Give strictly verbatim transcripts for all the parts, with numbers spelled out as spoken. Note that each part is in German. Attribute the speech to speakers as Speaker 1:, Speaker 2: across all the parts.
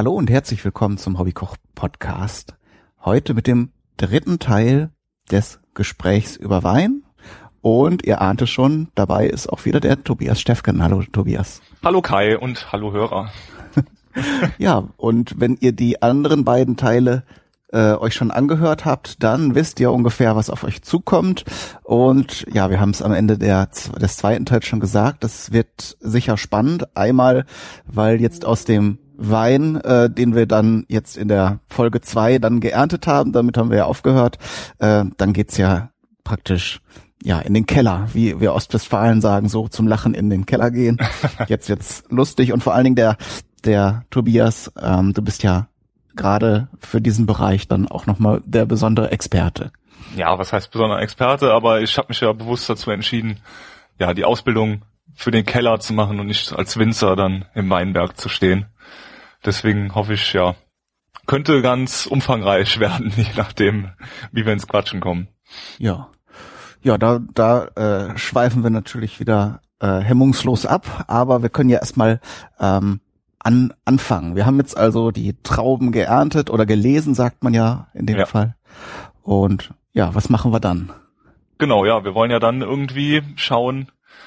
Speaker 1: Hallo und herzlich willkommen zum Hobbykoch-Podcast. Heute mit dem dritten Teil des Gesprächs über Wein. Und ihr ahnt es schon, dabei ist auch wieder der Tobias Steffken. Hallo Tobias.
Speaker 2: Hallo Kai und hallo Hörer.
Speaker 1: Ja, und wenn ihr die anderen beiden Teile äh, euch schon angehört habt, dann wisst ihr ungefähr, was auf euch zukommt. Und ja, wir haben es am Ende der, des zweiten Teils schon gesagt, das wird sicher spannend. Einmal, weil jetzt aus dem Wein, äh, den wir dann jetzt in der Folge zwei dann geerntet haben, damit haben wir ja aufgehört, äh, dann geht's ja praktisch ja in den Keller, wie wir Ostwestfalen sagen, so zum Lachen in den Keller gehen. Jetzt wird's lustig und vor allen Dingen der der Tobias, ähm, du bist ja gerade für diesen Bereich dann auch nochmal der besondere Experte.
Speaker 2: Ja, was heißt besonderer Experte, aber ich habe mich ja bewusst dazu entschieden, ja, die Ausbildung für den Keller zu machen und nicht als Winzer dann im Weinberg zu stehen. Deswegen hoffe ich, ja, könnte ganz umfangreich werden, je nachdem, wie wir ins Quatschen kommen.
Speaker 1: Ja, ja, da da äh, schweifen wir natürlich wieder äh, hemmungslos ab, aber wir können ja erstmal ähm, an anfangen. Wir haben jetzt also die Trauben geerntet oder gelesen, sagt man ja in dem
Speaker 2: ja.
Speaker 1: Fall. Und ja, was machen wir dann?
Speaker 2: Genau, ja, wir wollen ja dann irgendwie schauen,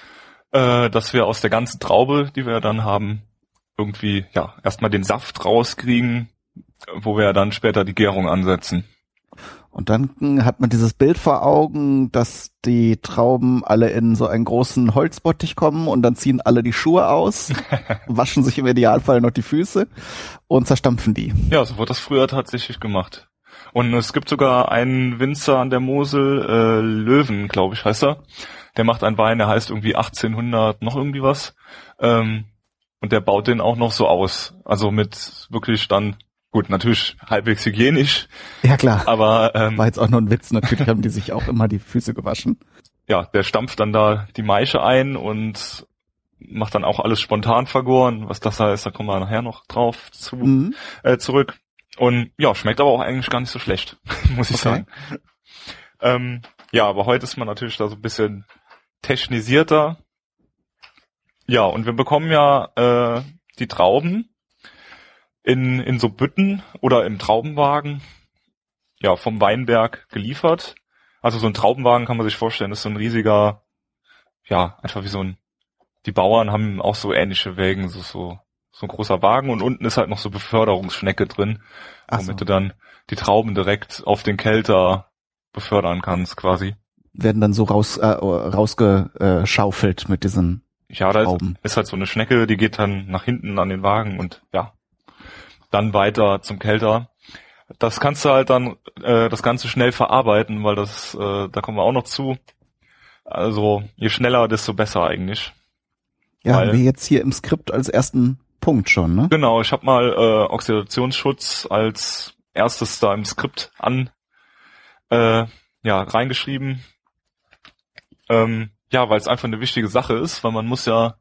Speaker 2: äh, dass wir aus der ganzen Traube, die wir dann haben, irgendwie, ja, erstmal den Saft rauskriegen, wo wir dann später die Gärung ansetzen.
Speaker 1: Und dann hat man dieses Bild vor Augen, dass die Trauben alle in so einen großen Holzbottich kommen und dann ziehen alle die Schuhe aus, waschen sich im Idealfall noch die Füße und zerstampfen die.
Speaker 2: Ja, so wurde das früher tatsächlich gemacht. Und es gibt sogar einen Winzer an der Mosel, äh, Löwen, glaube ich, heißt er. Der macht einen Wein, der heißt irgendwie achtzehnhundert noch irgendwie was. Ähm, Und der baut den auch noch so aus. Also mit wirklich dann, gut, natürlich halbwegs hygienisch.
Speaker 1: Ja, klar.
Speaker 2: Aber ähm,
Speaker 1: war jetzt auch nur ein Witz. Natürlich haben die sich auch immer die Füße gewaschen.
Speaker 2: Ja, der stampft dann da die Maische ein und macht dann auch alles spontan vergoren. Was das heißt, da kommen wir nachher noch drauf zu, mhm. äh, zurück. Und ja, schmeckt aber auch eigentlich gar nicht so schlecht, muss ich
Speaker 1: okay.
Speaker 2: sagen. Ähm, ja, aber heute ist man natürlich da so ein bisschen technisierter. Ja, und wir bekommen ja äh, die Trauben in in so Bütten oder im Traubenwagen, ja, vom Weinberg geliefert. Also so ein Traubenwagen kann man sich vorstellen, ist so ein riesiger, ja, einfach wie so ein, die Bauern haben auch so ähnliche Wägen, so so so ein großer Wagen und unten ist halt noch so Beförderungsschnecke drin,
Speaker 1: Ach
Speaker 2: womit
Speaker 1: so.
Speaker 2: du dann die Trauben direkt auf den Kelter befördern kannst quasi.
Speaker 1: Werden dann so raus äh, rausgeschaufelt mit diesen
Speaker 2: Ja, da ist, ist halt so eine Schnecke, die geht dann nach hinten an den Wagen und ja, dann weiter zum Kelter. Das kannst du halt dann äh, das Ganze schnell verarbeiten, weil das, äh, da kommen wir auch noch zu. Also je schneller, desto besser eigentlich.
Speaker 1: Ja, weil, haben wir jetzt hier im Skript als ersten Punkt schon, ne?
Speaker 2: Genau, ich habe mal äh, Oxidationsschutz als erstes da im Skript an äh, ja reingeschrieben. Ähm, Ja, weil es einfach eine wichtige Sache ist, weil man muss ja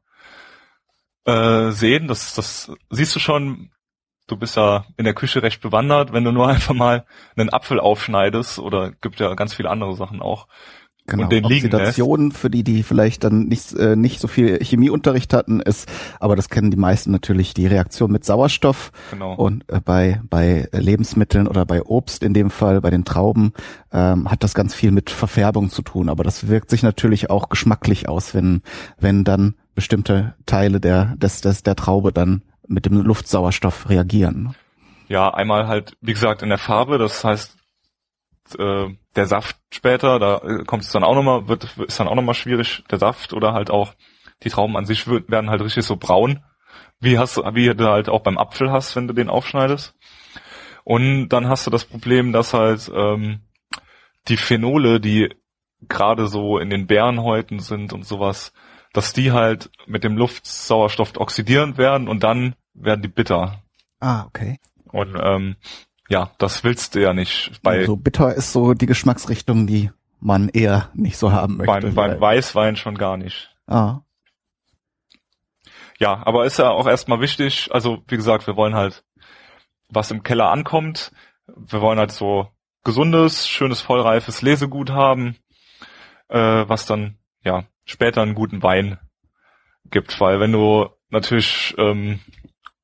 Speaker 2: äh, sehen, das, das siehst du schon, du bist ja in der Küche recht bewandert, wenn du nur einfach mal einen Apfel aufschneidest oder gibt ja ganz viele andere Sachen auch.
Speaker 1: Genau,
Speaker 2: und den
Speaker 1: Oxidation, für die, die vielleicht dann nicht äh, nicht so viel Chemieunterricht hatten, ist, aber das kennen die meisten natürlich, die Reaktion mit Sauerstoff.
Speaker 2: Genau.
Speaker 1: Und äh, bei bei Lebensmitteln oder bei Obst in dem Fall, bei den Trauben, ähm, hat das ganz viel mit Verfärbung zu tun. Aber das wirkt sich natürlich auch geschmacklich aus, wenn wenn dann bestimmte Teile der des des der Traube dann mit dem Luftsauerstoff reagieren.
Speaker 2: Ja, einmal halt, wie gesagt, in der Farbe, das heißt äh, der Saft später, da kommt es dann auch nochmal, wird ist dann auch nochmal schwierig, der Saft oder halt auch die Trauben an sich wird, werden halt richtig so braun, wie hast wie du halt auch beim Apfel hast, wenn du den aufschneidest. Und dann hast du das Problem, dass halt ähm, die Phenole, die gerade so in den Beerenhäuten sind und sowas, dass die halt mit dem Luftsauerstoff oxidierend werden und dann werden die bitter.
Speaker 1: Ah, okay.
Speaker 2: Und ähm, ja, das willst du ja nicht. Bei
Speaker 1: so bitter ist so die Geschmacksrichtung, die man eher nicht so haben möchte.
Speaker 2: Beim, beim Weißwein schon gar nicht.
Speaker 1: Ah.
Speaker 2: Ja, aber ist ja auch erstmal wichtig, also wie gesagt, wir wollen halt, was im Keller ankommt, wir wollen halt so gesundes, schönes, vollreifes Lesegut haben, äh, was dann ja später einen guten Wein gibt, weil wenn du natürlich ähm,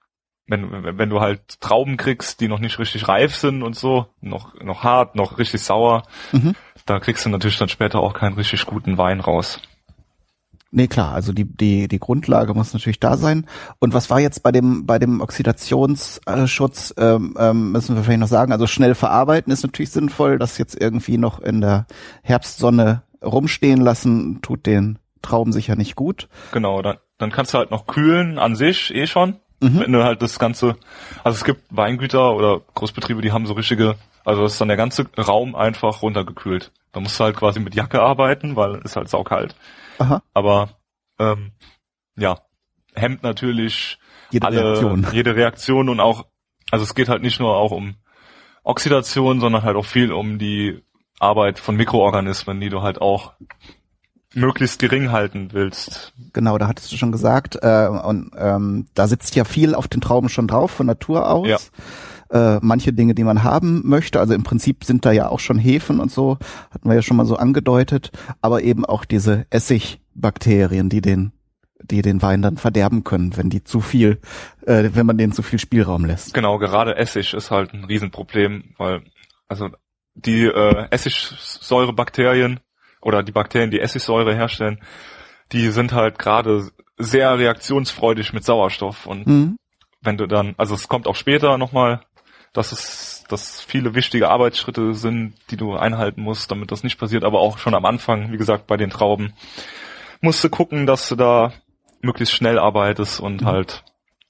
Speaker 2: wenn, wenn du halt Trauben kriegst, die noch nicht richtig reif sind und so, noch, noch hart, noch richtig sauer, mhm. da kriegst du natürlich dann später auch keinen richtig guten Wein raus.
Speaker 1: Nee, klar, also die, die, die Grundlage muss natürlich da sein. Und was war jetzt bei dem, bei dem Oxidationsschutz, ähm, ähm, müssen wir vielleicht noch sagen, also schnell verarbeiten ist natürlich sinnvoll, das jetzt irgendwie noch in der Herbstsonne rumstehen lassen, tut den Trauben sicher nicht gut.
Speaker 2: Genau, dann, dann kannst du halt noch kühlen an sich eh schon, mhm. wenn du halt das Ganze, also es gibt Weingüter oder Großbetriebe, die haben so richtige, also das ist dann der ganze Raum einfach runtergekühlt. Da musst du halt quasi mit Jacke arbeiten, weil es ist halt saukalt. Aha. Aber ähm, ja, hemmt natürlich
Speaker 1: jede
Speaker 2: alle
Speaker 1: Reaktion.
Speaker 2: jede Reaktion und auch, also es geht halt nicht nur auch um Oxidation, sondern halt auch viel um die Arbeit von Mikroorganismen, die du halt auch möglichst gering halten willst.
Speaker 1: Genau, da hattest du schon gesagt, äh, und ähm, da sitzt ja viel auf den Trauben schon drauf von Natur aus. Ja. Äh, manche Dinge, die man haben möchte, also im Prinzip sind da ja auch schon Hefen und so, hatten wir ja schon mal so angedeutet, aber eben auch diese Essigbakterien, die den, die den Wein dann verderben können, wenn die zu viel, äh, wenn man denen zu viel Spielraum lässt.
Speaker 2: Genau, gerade Essig ist halt ein Riesenproblem, weil also die äh, Essigsäurebakterien oder die Bakterien, die Essigsäure herstellen, die sind halt gerade sehr reaktionsfreudig mit Sauerstoff und mhm. wenn du dann, also es kommt auch später nochmal, dass es, dass viele wichtige Arbeitsschritte sind, die du einhalten musst, damit das nicht passiert, aber auch schon am Anfang, wie gesagt, bei den Trauben, musst du gucken, dass du da möglichst schnell arbeitest und mhm. halt,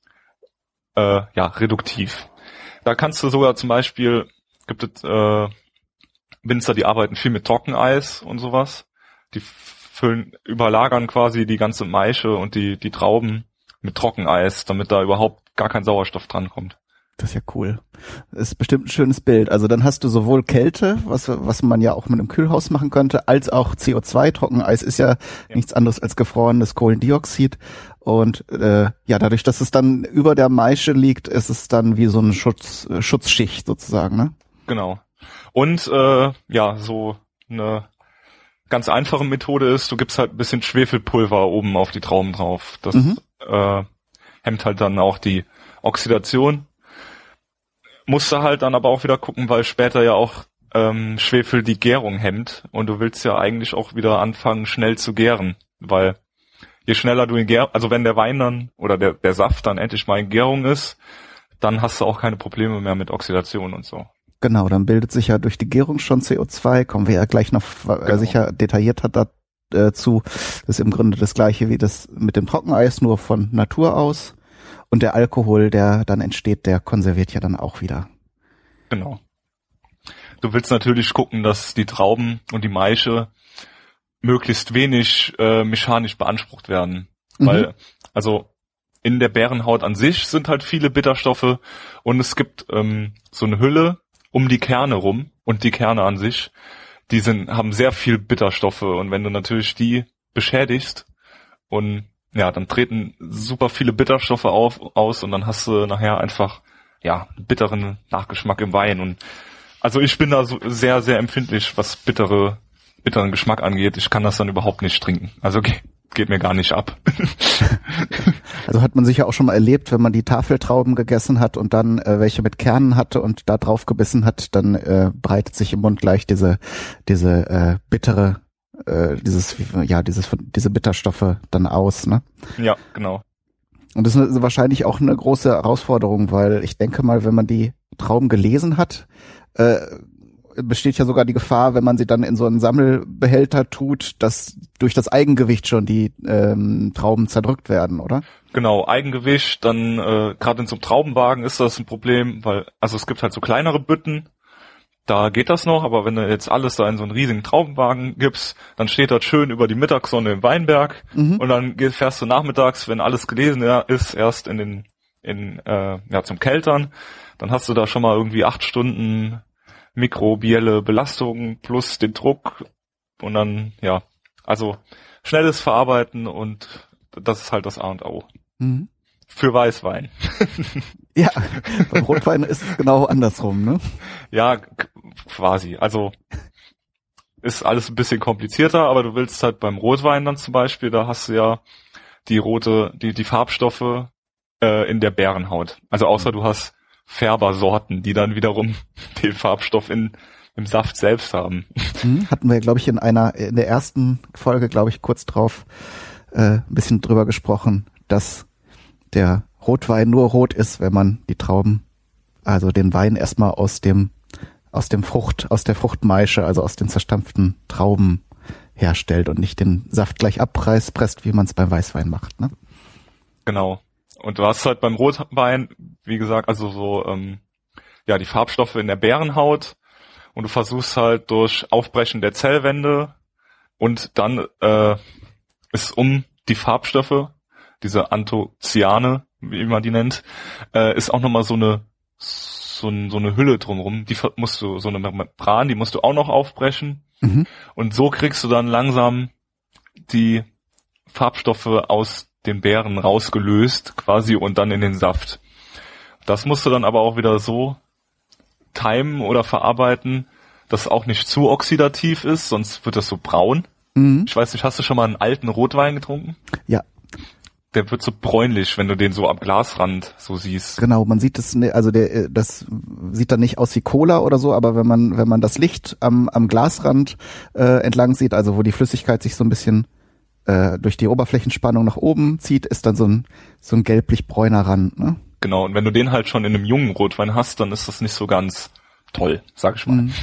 Speaker 2: äh, ja, reduktiv. Da kannst du sogar zum Beispiel, gibt es, äh, Winzer, die arbeiten viel mit Trockeneis und sowas, die füllen, überlagern quasi die ganze Maische und die, die Trauben mit Trockeneis, damit da überhaupt gar kein Sauerstoff drankommt.
Speaker 1: Das ist ja cool. Das ist bestimmt ein schönes Bild. Also dann hast du sowohl Kälte, was was man ja auch mit einem Kühlhaus machen könnte, als auch C O zwei. Trockeneis ist ja, ja. nichts anderes als gefrorenes Kohlendioxid. Und äh, ja, dadurch, dass es dann über der Maische liegt, ist es dann wie so eine Schutz, Schutzschicht sozusagen, ne?
Speaker 2: Genau. Und äh, ja, so eine ganz einfache Methode ist, du gibst halt ein bisschen Schwefelpulver oben auf die Trauben drauf. Das mhm. äh, hemmt halt dann auch die Oxidation. Musst du halt dann aber auch wieder gucken, weil später ja auch ähm, Schwefel die Gärung hemmt und du willst ja eigentlich auch wieder anfangen, schnell zu gären, weil je schneller du in Gär, also wenn der Wein dann oder der, der Saft dann endlich mal in Gärung ist, dann hast du auch keine Probleme mehr mit Oxidation und so.
Speaker 1: Genau, dann bildet sich ja durch die Gärung schon C O zwei, kommen wir ja gleich noch äh, genau. sicher detaillierter dazu. Das ist im Grunde das gleiche wie das mit dem Trockeneis, nur von Natur aus. Und der Alkohol, der dann entsteht, der konserviert ja dann auch wieder.
Speaker 2: Genau. Du willst natürlich gucken, dass die Trauben und die Maische möglichst wenig äh, mechanisch beansprucht werden. Mhm. Weil, also in der Beerenhaut an sich sind halt viele Bitterstoffe und es gibt ähm, so eine Hülle um die Kerne rum und die Kerne an sich, die sind haben sehr viel Bitterstoffe und wenn du natürlich die beschädigst und ja, dann treten super viele Bitterstoffe auf, aus und dann hast du nachher einfach, ja, einen bitteren Nachgeschmack im Wein. Und also ich bin da so sehr, sehr empfindlich, was bittere, bitteren Geschmack angeht. Ich kann das dann überhaupt nicht trinken. Also geht, geht mir gar nicht ab.
Speaker 1: Also hat man sicher auch schon mal erlebt, wenn man die Tafeltrauben gegessen hat und dann äh, welche mit Kernen hatte und da drauf gebissen hat, dann äh, breitet sich im Mund gleich diese, diese äh, bittere dieses, ja, dieses, diese Bitterstoffe dann aus, ne?
Speaker 2: Ja, genau.
Speaker 1: Und das ist wahrscheinlich auch eine große Herausforderung, weil ich denke mal, wenn man die Trauben gelesen hat, äh, besteht ja sogar die Gefahr, wenn man sie dann in so einen Sammelbehälter tut, dass durch das Eigengewicht schon die ähm, Trauben zerdrückt werden, oder?
Speaker 2: Genau, Eigengewicht, dann äh, gerade in so einem Traubenwagen ist das ein Problem, weil, also es gibt halt so kleinere Bütten, da geht das noch, aber wenn du jetzt alles da in so einen riesigen Traubenwagen gibst, dann steht das schön über die Mittagssonne im Weinberg mhm. und dann fährst du nachmittags, wenn alles gelesen ist, erst in den in äh, ja zum Keltern, dann hast du da schon mal irgendwie acht Stunden mikrobielle Belastung plus den Druck und dann, ja, also schnelles Verarbeiten und das ist halt das A und O. Mhm. Für Weißwein.
Speaker 1: Ja, beim Rotwein ist es genau andersrum, ne?
Speaker 2: Ja, quasi. Also ist alles ein bisschen komplizierter, aber du willst halt beim Rotwein dann zum Beispiel, da hast du ja die rote, die die Farbstoffe, äh, in der Bärenhaut. Also außer du hast Färbersorten, die dann wiederum den Farbstoff in im Saft selbst haben.
Speaker 1: Hm, hatten wir, glaube ich, in einer in der ersten Folge, glaube ich, kurz drauf äh, ein bisschen drüber gesprochen, dass der Rotwein nur rot ist, wenn man die Trauben, also den Wein erstmal aus dem aus dem Frucht, aus der Fruchtmaische, also aus den zerstampften Trauben herstellt und nicht den Saft gleich abpresst, wie man es beim Weißwein macht, ne?
Speaker 2: Genau. Und du hast halt beim Rotwein, wie gesagt, also so ähm, ja die Farbstoffe in der Bärenhaut und du versuchst halt durch Aufbrechen der Zellwände und dann äh, ist um die Farbstoffe, diese Anthocyane, wie man die nennt, äh, ist auch nochmal so eine so, ein, so eine Hülle drumherum, die musst du, so eine Membran, die musst du auch noch aufbrechen. Mhm. Und so kriegst du dann langsam die Farbstoffe aus den Beeren rausgelöst quasi und dann in den Saft. Das musst du dann aber auch wieder so timen oder verarbeiten, dass es auch nicht zu oxidativ ist, sonst wird das so braun. Mhm. Ich weiß nicht, hast du schon mal einen alten Rotwein getrunken?
Speaker 1: Ja.
Speaker 2: Der wird so bräunlich, wenn du den so am Glasrand so siehst.
Speaker 1: Genau, man sieht es, also der, das sieht dann nicht aus wie Cola oder so, aber wenn man, wenn man das Licht am, am Glasrand äh, entlang sieht, also wo die Flüssigkeit sich so ein bisschen äh, durch die Oberflächenspannung nach oben zieht, ist dann so ein, so ein gelblich-bräuner Rand, ne?
Speaker 2: Genau, und wenn du den halt schon in einem jungen Rotwein hast, dann ist das nicht so ganz toll, sag ich mal. Mhm.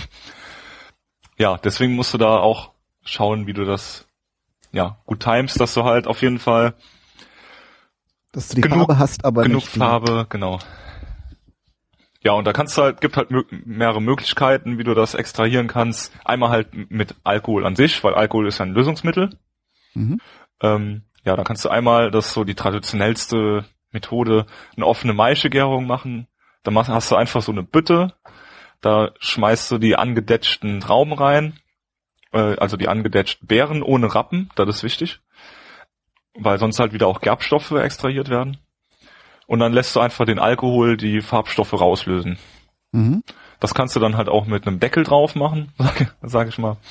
Speaker 2: Ja, deswegen musst du da auch schauen, wie du das, ja, gut timest, dass du halt auf jeden Fall
Speaker 1: dass du die
Speaker 2: genug,
Speaker 1: Farbe hast, aber
Speaker 2: genug
Speaker 1: nicht die
Speaker 2: Farbe, genau. Ja, und da kannst du halt, gibt halt mehrere Möglichkeiten, wie du das extrahieren kannst. Einmal halt mit Alkohol an sich, weil Alkohol ist ja ein Lösungsmittel. Mhm. Ähm, ja, da kannst du einmal, das ist so die traditionellste Methode, eine offene Maischegärung machen. Da machst, hast du einfach so eine Bütte, da schmeißt du die angedetschten Trauben rein, äh, also die angedetschten Beeren ohne Rappen, das ist wichtig, weil sonst halt wieder auch Gerbstoffe extrahiert werden. Und dann lässt du einfach den Alkohol die Farbstoffe rauslösen. Mhm. Das kannst du dann halt auch mit einem Deckel drauf machen, sag, sag ich mal.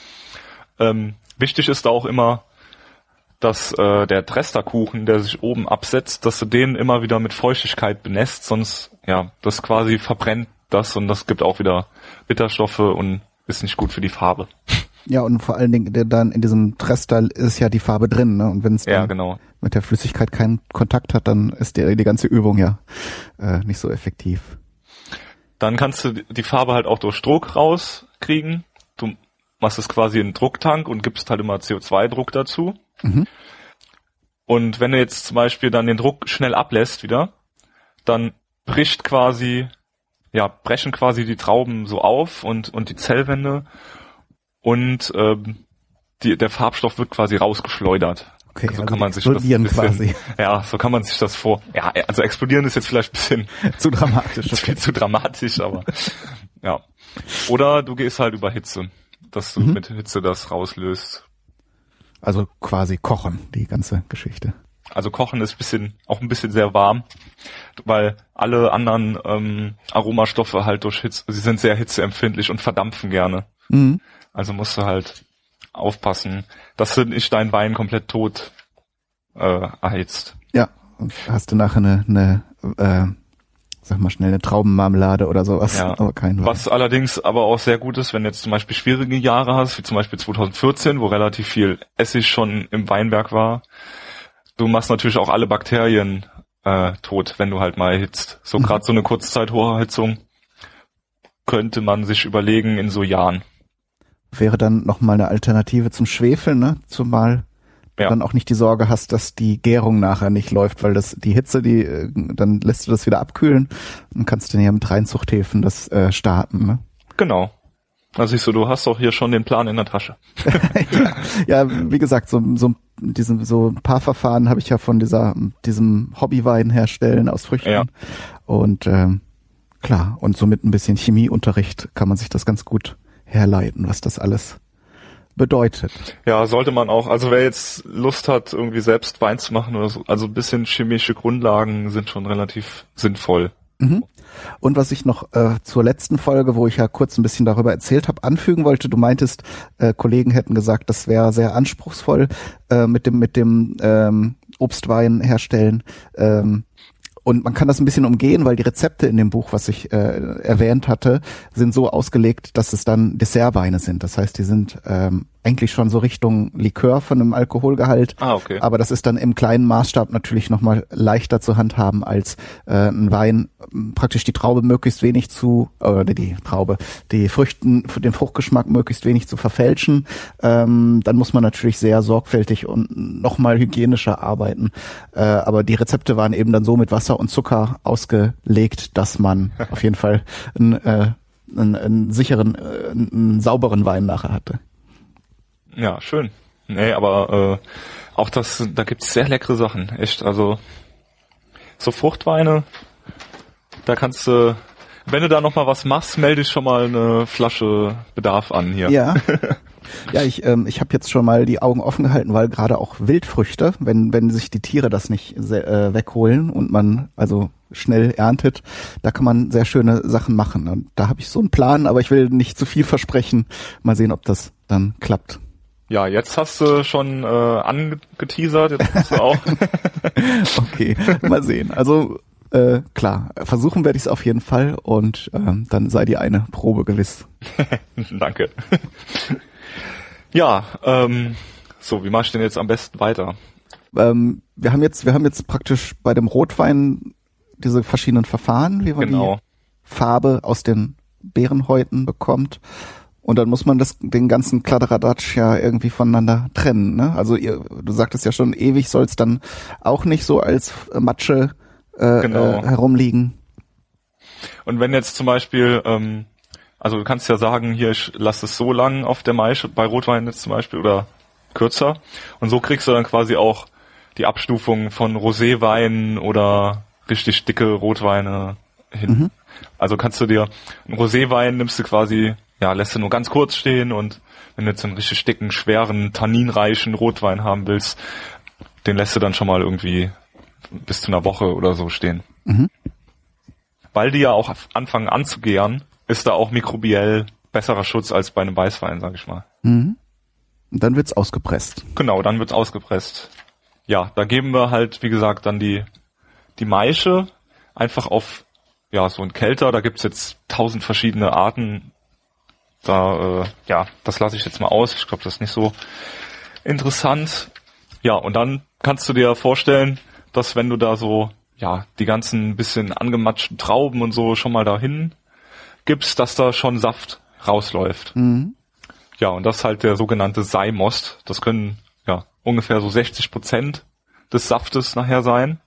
Speaker 2: Ähm, wichtig ist da auch immer, dass äh, der Tresterkuchen, der sich oben absetzt, dass du den immer wieder mit Feuchtigkeit benässt, sonst, ja, das quasi verbrennt das und das gibt auch wieder Bitterstoffe und ist nicht gut für die Farbe.
Speaker 1: Ja, und vor allen Dingen, der dann in diesem Trester ist ja die Farbe drin, ne? Und wenn es
Speaker 2: ja, genau.
Speaker 1: mit der Flüssigkeit keinen Kontakt hat, dann ist die, die ganze Übung ja äh, nicht so effektiv.
Speaker 2: Dann kannst du die Farbe halt auch durch Druck rauskriegen. Du machst es quasi in einen Drucktank und gibst halt immer C O zwei Druck dazu. Mhm. Und wenn du jetzt zum Beispiel dann den Druck schnell ablässt wieder, dann bricht quasi, ja, brechen quasi die Trauben so auf und, und die Zellwände und ähm, die, der Farbstoff wird quasi rausgeschleudert.
Speaker 1: Okay,
Speaker 2: so
Speaker 1: also
Speaker 2: kann man sich das
Speaker 1: bisschen, quasi.
Speaker 2: Ja, so kann man sich das vor. Ja, also explodieren ist jetzt vielleicht ein bisschen
Speaker 1: zu dramatisch.
Speaker 2: Okay. zu dramatisch, aber ja. Oder du gehst halt über Hitze, dass du mhm. mit Hitze das rauslöst.
Speaker 1: Also quasi kochen, die ganze Geschichte.
Speaker 2: Also kochen ist bisschen auch ein bisschen sehr warm, weil alle anderen ähm, Aromastoffe halt durch Hitze, sie sind sehr hitzeempfindlich und verdampfen gerne. Mhm. Also musst du halt aufpassen, dass du nicht deinen Wein komplett tot äh, erhitzt.
Speaker 1: Ja, und hast du nachher eine, eine äh, sag mal schnell, eine Traubenmarmelade oder sowas,
Speaker 2: ja.
Speaker 1: aber kein Wein.
Speaker 2: Was allerdings aber auch sehr gut ist, wenn du jetzt zum Beispiel schwierige Jahre hast, wie zum Beispiel zwanzig vierzehn, wo relativ viel Essig schon im Weinberg war. Du machst natürlich auch alle Bakterien äh, tot, wenn du halt mal erhitzt. So mhm. gerade so eine Kurzzeit-Hocherhitzung könnte man sich überlegen in so Jahren.
Speaker 1: Wäre dann nochmal eine Alternative zum Schwefel, ne? Zumal du ja. dann auch nicht die Sorge hast, dass die Gärung nachher nicht läuft, weil das die Hitze, die dann lässt du das wieder abkühlen und kannst dann ja mit Reinzuchthäfen das äh, starten, ne?
Speaker 2: Genau. Also siehst du, du hast auch hier schon den Plan in der Tasche.
Speaker 1: ja, ja, wie gesagt, so so diesen so ein paar Verfahren habe ich ja von dieser diesem Hobbywein herstellen aus Früchten ja. und ähm, klar, und so mit ein bisschen Chemieunterricht kann man sich das ganz gut herleiten, was das alles bedeutet.
Speaker 2: Ja, sollte man auch. Also wer jetzt Lust hat, irgendwie selbst Wein zu machen oder so, also ein bisschen chemische Grundlagen sind schon relativ sinnvoll.
Speaker 1: Mhm. Und was ich noch äh, zur letzten Folge, wo ich ja kurz ein bisschen darüber erzählt habe, anfügen wollte, du meintest, äh, Kollegen hätten gesagt, das wäre sehr anspruchsvoll äh, mit dem mit dem ähm, Obstwein herstellen. Ähm, und man kann das ein bisschen umgehen, weil die Rezepte in dem Buch, was ich äh, erwähnt hatte, sind so ausgelegt, dass es dann Dessertweine sind. Das heißt, die sind ähm, eigentlich schon so Richtung Likör von einem Alkoholgehalt.
Speaker 2: Ah, okay.
Speaker 1: Aber das ist dann im kleinen Maßstab natürlich nochmal leichter zu handhaben als äh, ein Wein, praktisch die Traube möglichst wenig zu, oder die Traube, die Früchten, den Fruchtgeschmack möglichst wenig zu verfälschen. Ähm, dann muss man natürlich sehr sorgfältig und nochmal hygienischer arbeiten. Äh, aber die Rezepte waren eben dann so mit Wasser und Zucker ausgelegt, dass man auf jeden Fall einen, äh, einen, einen sicheren, äh, einen sauberen Wein nachher hatte.
Speaker 2: Ja, schön. Nee, aber äh, auch das, da gibt's sehr leckere Sachen, echt. Also so Fruchtweine, da kannst du, wenn du da noch mal was machst, melde ich schon mal eine Flasche Bedarf an hier.
Speaker 1: Ja. Ja, ich ähm, ich habe jetzt schon mal die Augen offen gehalten, weil gerade auch Wildfrüchte, wenn wenn sich die Tiere das nicht sehr, äh, wegholen und man also schnell erntet, da kann man sehr schöne Sachen machen. Und da habe ich so einen Plan, aber ich will nicht zu viel versprechen. Mal sehen, ob das dann klappt.
Speaker 2: Ja, jetzt hast du schon äh, angeteasert, jetzt musst du auch.
Speaker 1: Okay, mal sehen. Also äh, klar, versuchen werde ich es auf jeden Fall und ähm, dann sei die eine Probe gewiss.
Speaker 2: Danke. Ja, ähm, so, wie mach ich denn jetzt am besten weiter?
Speaker 1: Ähm, wir haben jetzt, wir haben jetzt praktisch bei dem Rotwein diese verschiedenen Verfahren, wie man
Speaker 2: Genau.
Speaker 1: die Farbe aus den Beerenhäuten bekommt. Und dann muss man das, den ganzen Kladderadatsch ja irgendwie voneinander trennen, ne? Also ihr, du sagtest ja schon, ewig soll es dann auch nicht so als Matsche äh,
Speaker 2: Genau.
Speaker 1: äh, herumliegen.
Speaker 2: Und wenn jetzt zum Beispiel, ähm, also du kannst ja sagen, hier, ich lasse es so lang auf der Maische, bei Rotwein jetzt zum Beispiel, oder kürzer. Und so kriegst du dann quasi auch die Abstufung von Roséweinen oder richtig dicke Rotweine hin. Mhm. Also kannst du dir, einen Roséwein nimmst du quasi, ja, lässt du nur ganz kurz stehen, und wenn du jetzt einen richtig dicken, schweren, tanninreichen Rotwein haben willst, den lässt du dann schon mal irgendwie bis zu einer Woche oder so stehen.
Speaker 1: Mhm.
Speaker 2: Weil die ja auch anfangen anzugären, ist da auch mikrobiell besserer Schutz als bei einem Weißwein, sag ich mal.
Speaker 1: Mhm. Und dann wird's ausgepresst.
Speaker 2: Genau, dann wird's ausgepresst. Ja, da geben wir halt, wie gesagt, dann die die Maische einfach auf, ja, so ein Kelter. Da gibt's jetzt tausend verschiedene Arten. Da, äh, ja, das lasse ich jetzt mal aus. Ich glaube, das ist nicht so interessant. Ja, und dann kannst du dir vorstellen, dass wenn du da so, ja, die ganzen bisschen angematschten Trauben und so schon mal dahin gibst, dass da schon Saft rausläuft.
Speaker 1: Mhm.
Speaker 2: Ja, und das ist halt der sogenannte Seimost. Das können, ja, ungefähr so sechzig Prozent des Saftes nachher sein.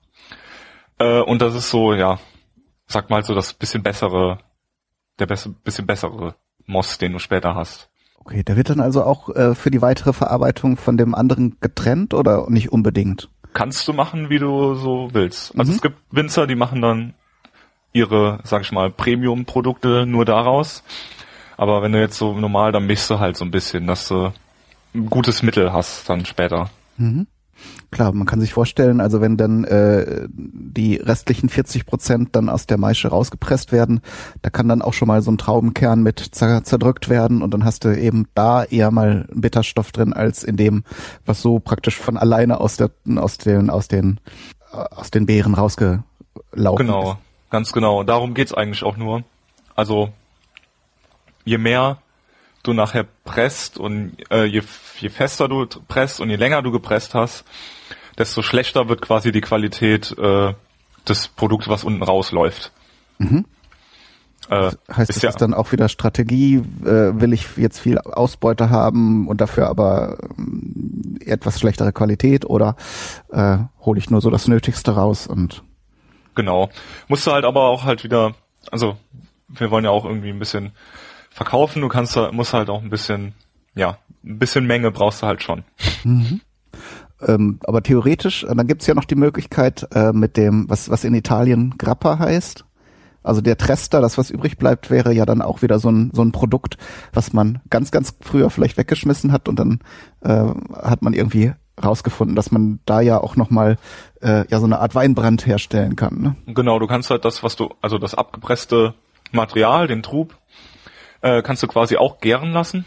Speaker 2: Äh, und das ist so, ja, sag mal so das bisschen bessere, der bess- bisschen bessere Most, den du später hast.
Speaker 1: Okay, der wird dann also auch äh, für die weitere Verarbeitung von dem anderen getrennt oder nicht unbedingt?
Speaker 2: Kannst du machen, wie du so willst. Also
Speaker 1: Mhm.
Speaker 2: es gibt Winzer, die machen dann ihre, sag ich mal, Premium-Produkte nur daraus. Aber wenn du jetzt so normal, dann mischst du halt so ein bisschen, dass du ein gutes Mittel hast dann später.
Speaker 1: Mhm. Klar, man kann sich vorstellen, also wenn dann äh, die restlichen vierzig Prozent dann aus der Maische rausgepresst werden, da kann dann auch schon mal so ein Traubenkern mit zer- zerdrückt werden, und dann hast du eben da eher mal einen Bitterstoff drin als in dem, was so praktisch von alleine aus der aus den aus den aus den Beeren rausgelaufen
Speaker 2: Genau,
Speaker 1: ist.
Speaker 2: ganz genau. Darum geht's eigentlich auch nur. Also je mehr du nachher presst und äh, je, je fester du presst und je länger du gepresst hast, desto schlechter wird quasi die Qualität äh, des Produkts, was unten rausläuft.
Speaker 1: Mhm.
Speaker 2: Äh,
Speaker 1: Heißt,
Speaker 2: ist
Speaker 1: das
Speaker 2: ja,
Speaker 1: ist dann auch wieder Strategie, äh, will ich jetzt viel Ausbeute haben und dafür aber ähm, etwas schlechtere Qualität, oder äh, hole ich nur so das Nötigste raus und
Speaker 2: genau. Musst du halt aber auch halt wieder, also wir wollen ja auch irgendwie ein bisschen verkaufen, du kannst da, musst halt auch ein bisschen, ja, ein bisschen Menge brauchst du halt schon.
Speaker 1: Mhm. Ähm, aber theoretisch, dann gibt's ja noch die Möglichkeit äh, mit dem, was was in Italien Grappa heißt. Also der Trester, das was übrig bleibt, wäre ja dann auch wieder so ein so ein Produkt, was man ganz, ganz früher vielleicht weggeschmissen hat, und dann äh, hat man irgendwie rausgefunden, dass man da ja auch nochmal äh, ja so eine Art Weinbrand herstellen kann. Ne?
Speaker 2: Genau, du kannst halt das, was du, also das abgepresste Material, den Trub, äh, kannst du quasi auch gären lassen.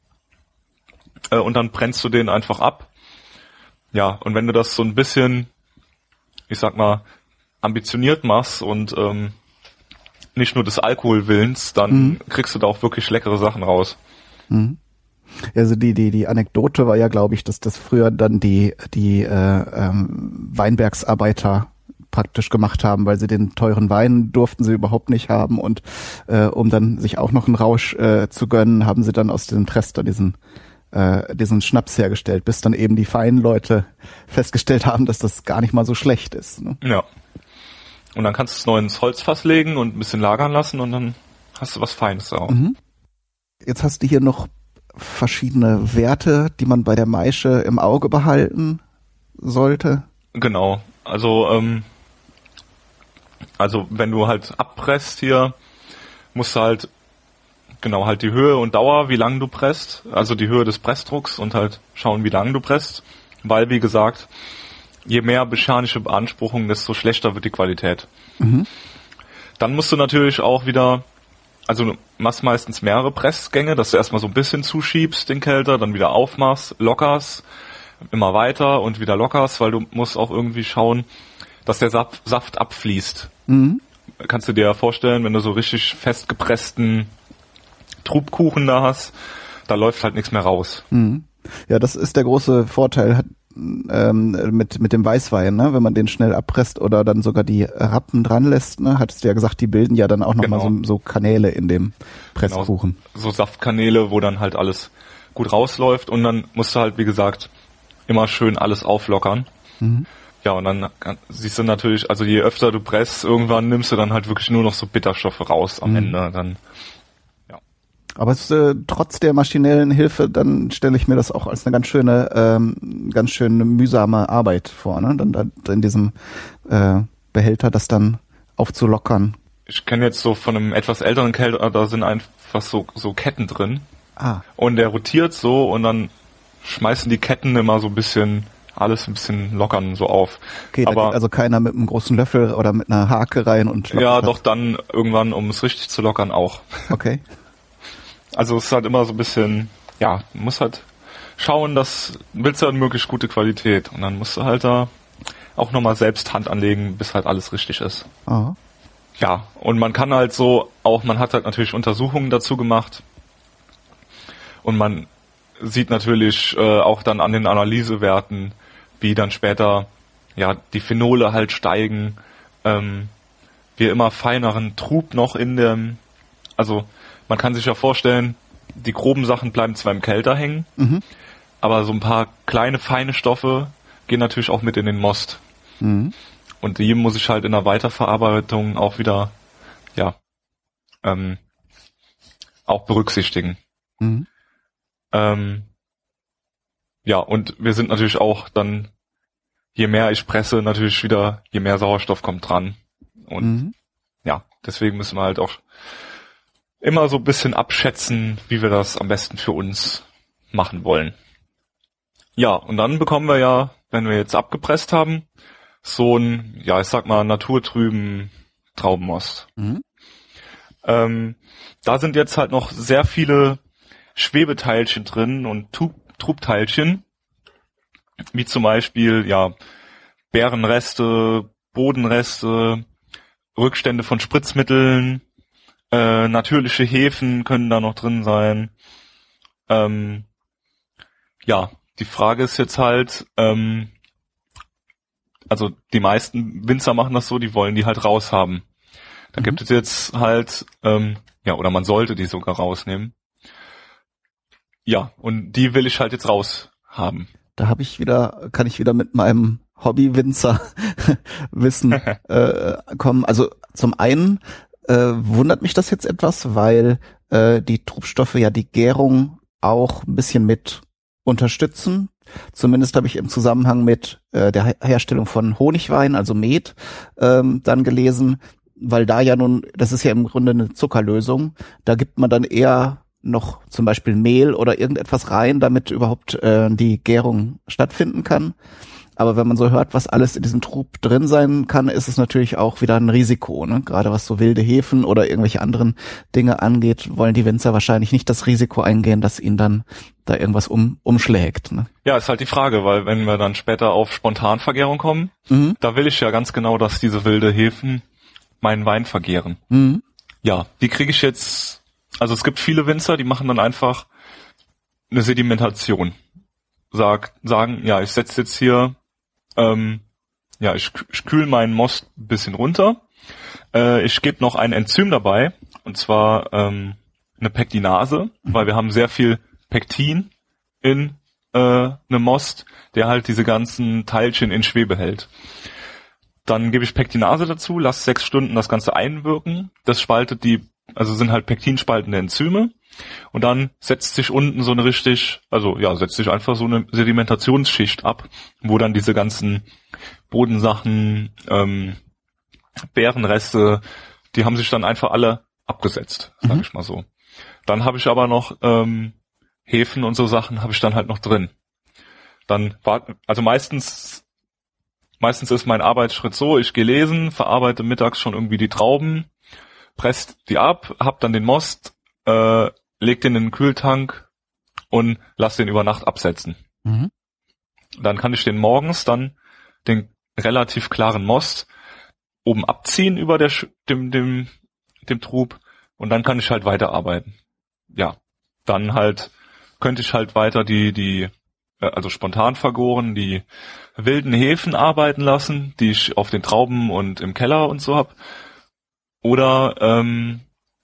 Speaker 2: Äh, und dann brennst du den einfach ab. Ja, und wenn du das so ein bisschen, ich sag mal, ambitioniert machst und ähm, nicht nur des Alkohol willens, dann mhm. kriegst du da auch wirklich leckere Sachen raus.
Speaker 1: Mhm. Also die die die Anekdote war ja, glaube ich, dass das früher dann die die äh, ähm, Weinbergsarbeiter praktisch gemacht haben, weil sie den teuren Wein durften sie überhaupt nicht haben und äh, um dann sich auch noch einen Rausch äh, zu gönnen, haben sie dann aus dem Trester diesen äh, diesen Schnaps hergestellt, bis dann eben die feinen Leute festgestellt haben, dass das gar nicht mal so schlecht ist. Ne?
Speaker 2: Ja. Und dann kannst du es neu ins Holzfass legen und ein bisschen lagern lassen und dann hast du was Feines da auch.
Speaker 1: Mhm. Jetzt hast du hier noch verschiedene Werte, die man bei der Maische im Auge behalten sollte.
Speaker 2: Genau. Also ähm, also wenn du halt abpresst hier, musst du halt genau halt die Höhe und Dauer, wie lang du presst, also die Höhe des Pressdrucks und halt schauen, wie lang du presst, weil wie gesagt, je mehr mechanische Beanspruchung, desto schlechter wird die Qualität. Mhm. Dann musst du natürlich auch wieder, also du machst meistens mehrere Pressgänge, dass du erstmal so ein bisschen zuschiebst den Kelter, dann wieder aufmachst, lockerst, immer weiter und wieder lockerst, weil du musst auch irgendwie schauen, dass der Saft, Saft abfließt. Mhm. Kannst du dir ja vorstellen, wenn du so richtig festgepressten Trubkuchen da hast, da läuft halt nichts mehr raus.
Speaker 1: Mhm. Ja, das ist der große Vorteil ähm, mit mit dem Weißwein, ne? Wenn man den schnell abpresst oder dann sogar die Rappen dran lässt, ne? Hattest du ja gesagt, die bilden ja dann auch nochmal genau. so, so Kanäle in dem Presskuchen.
Speaker 2: Genau, so Saftkanäle, wo dann halt alles gut rausläuft und dann musst du halt, wie gesagt, immer schön alles auflockern. Mhm. Ja, und dann siehst du natürlich, also je öfter du presst, irgendwann nimmst du dann halt wirklich nur noch so Bitterstoffe raus am mhm. Ende. Dann, ja.
Speaker 1: Aber es, äh, trotz der maschinellen Hilfe, dann stelle ich mir das auch als eine ganz schöne, ähm, ganz schöne mühsame Arbeit vor, ne? Dann da in diesem äh, Behälter das dann aufzulockern.
Speaker 2: Ich kenne jetzt so von einem etwas älteren Kelter, da sind einfach so so Ketten drin.
Speaker 1: Ah.
Speaker 2: Und der rotiert so und dann schmeißen die Ketten immer so ein bisschen alles ein bisschen lockern so auf.
Speaker 1: Okay, aber da geht also keiner mit einem großen Löffel oder mit einer Hake rein und
Speaker 2: ja, hat. Doch dann irgendwann, um es richtig zu lockern, auch.
Speaker 1: Okay.
Speaker 2: Also es ist halt immer so ein bisschen, ja, du musst halt schauen, dass willst du halt möglichst gute Qualität und dann musst du halt da auch nochmal selbst Hand anlegen, bis halt alles richtig ist.
Speaker 1: Aha.
Speaker 2: Ja, und man kann halt so auch, man hat halt natürlich Untersuchungen dazu gemacht und man sieht natürlich äh, auch dann an den Analysewerten, wie dann später ja die Phenole halt steigen, ähm, wir immer feineren Trub noch in dem, also man kann sich ja vorstellen, die groben Sachen bleiben zwar im Kelter hängen, mhm. aber so ein paar kleine feine Stoffe gehen natürlich auch mit in den Most. Mhm. Und die muss ich halt in der Weiterverarbeitung auch wieder ja ähm, auch berücksichtigen. Mhm. Ähm, ja, und wir sind natürlich auch dann, je mehr ich presse, natürlich wieder, je mehr Sauerstoff kommt dran. Und mhm. ja, deswegen müssen wir halt auch immer so ein bisschen abschätzen, wie wir das am besten für uns machen wollen. Ja, und dann bekommen wir ja, wenn wir jetzt abgepresst haben, so einen, ja, ich sag mal, naturtrüben Traubenmost. Mhm. Ähm, da sind jetzt halt noch sehr viele Schwebeteilchen drin und Tub Trubteilchen, wie zum Beispiel ja Beerenreste, Bodenreste, Rückstände von Spritzmitteln, äh, natürliche Hefen können da noch drin sein. Ähm, ja, die Frage ist jetzt halt, ähm, also die meisten Winzer machen das so, die wollen die halt raushaben. Da mhm. gibt es jetzt halt, ähm, ja, oder man sollte die sogar rausnehmen. Ja, und die will ich halt jetzt raus haben.
Speaker 1: Da habe ich wieder, kann ich wieder mit meinem Hobby-Winzer Wissen äh, kommen. Also zum einen äh, wundert mich das jetzt etwas, weil äh, die Trubstoffe ja die Gärung auch ein bisschen mit unterstützen. Zumindest habe ich im Zusammenhang mit äh, der Herstellung von Honigwein, also Met, ähm, dann gelesen, weil da ja nun, das ist ja im Grunde eine Zuckerlösung, da gibt man dann eher noch zum Beispiel Mehl oder irgendetwas rein, damit überhaupt äh, die Gärung stattfinden kann. Aber wenn man so hört, was alles in diesem Trub drin sein kann, ist es natürlich auch wieder ein Risiko, ne? Gerade was so wilde Hefen oder irgendwelche anderen Dinge angeht, wollen die Winzer wahrscheinlich nicht das Risiko eingehen, dass ihnen dann da irgendwas um, umschlägt, ne?
Speaker 2: Ja, ist halt die Frage, weil wenn wir dann später auf Spontanvergärung kommen, mhm. da will ich ja ganz genau, dass diese wilde Hefen meinen Wein vergären. Mhm. Ja, die kriege ich jetzt, also es gibt viele Winzer, die machen dann einfach eine Sedimentation. Sag, sagen, ja, ich setze jetzt hier, ähm, ja, ich, ich kühle meinen Most ein bisschen runter. Äh, ich gebe noch ein Enzym dabei, und zwar ähm, eine Pektinase, mhm. weil wir haben sehr viel Pektin in äh, einem Most, der halt diese ganzen Teilchen in Schwebe hält. Dann gebe ich Pektinase dazu, lasse sechs Stunden das Ganze einwirken. Das spaltet die, also sind halt pektinspaltende Enzyme. Und dann setzt sich unten so eine richtig, also ja, setzt sich einfach so eine Sedimentationsschicht ab, wo dann diese ganzen Bodensachen, ähm, Beerenreste, die haben sich dann einfach alle abgesetzt, sag mhm. ich mal so. Dann habe ich aber noch ähm, Hefen und so Sachen habe ich dann halt noch drin. Dann war, also meistens Meistens ist mein Arbeitsschritt so, ich gehe lesen, verarbeite mittags schon irgendwie die Trauben, presst die ab, hab dann den Most, äh, leg den in den Kühltank und lass den über Nacht absetzen. Mhm. Dann kann ich den morgens dann den relativ klaren Most oben abziehen über der, dem, dem, dem Trub, und dann kann ich halt weiterarbeiten. Ja, dann halt könnte ich halt weiter die, die, also spontan vergoren, die wilden Hefen arbeiten lassen, die ich auf den Trauben und im Keller und so hab. Oder ähm,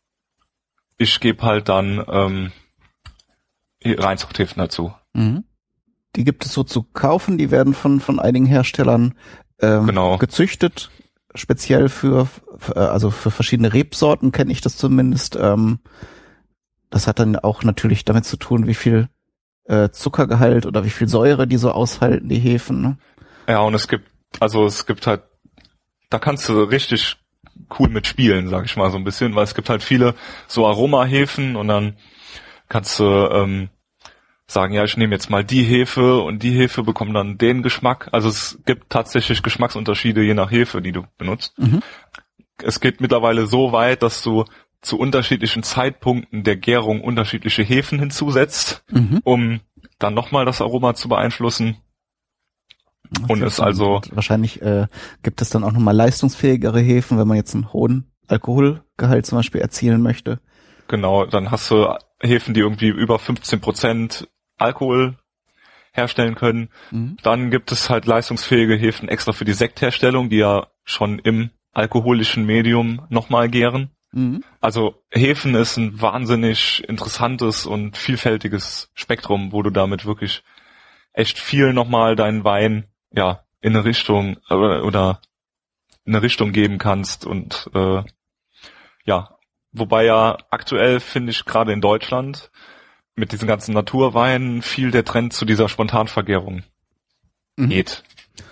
Speaker 2: ich gebe halt dann ähm, Reinzuchthäfen dazu.
Speaker 1: Mhm. Die gibt es so zu kaufen, die werden von von einigen Herstellern ähm, genau. gezüchtet, speziell für, für also für verschiedene Rebsorten kenne ich das zumindest. Ähm, das hat dann auch natürlich damit zu tun, wie viel äh, Zuckergehalt oder wie viel Säure die so aushalten, die Hefen. Ne?
Speaker 2: Ja, und es gibt, also es gibt halt, da kannst du richtig cool mitspielen, sag ich mal so ein bisschen, weil es gibt halt viele so Aromahefen und dann kannst du ähm, sagen, ja, ich nehme jetzt mal die Hefe und die Hefe bekommt dann den Geschmack. Also es gibt tatsächlich Geschmacksunterschiede je nach Hefe, die du benutzt. Mhm. Es geht mittlerweile so weit, dass du zu unterschiedlichen Zeitpunkten der Gärung unterschiedliche Hefen hinzusetzt, mhm. um dann nochmal das Aroma zu beeinflussen.
Speaker 1: Okay, und es also wahrscheinlich äh, gibt es dann auch nochmal leistungsfähigere Hefen, wenn man jetzt einen hohen Alkoholgehalt zum Beispiel erzielen möchte.
Speaker 2: Genau, dann hast du Hefen, die irgendwie über fünfzehn Prozent Alkohol herstellen können. Mhm. Dann gibt es halt leistungsfähige Hefen extra für die Sektherstellung, die ja schon im alkoholischen Medium nochmal gären. Mhm. Also Hefen ist ein wahnsinnig interessantes und vielfältiges Spektrum, wo du damit wirklich echt viel nochmal deinen Wein ja in eine Richtung oder, oder in eine Richtung geben kannst. Und äh, ja, wobei ja aktuell finde ich gerade in Deutschland mit diesen ganzen Naturweinen viel der Trend zu dieser Spontanvergärung mhm. geht.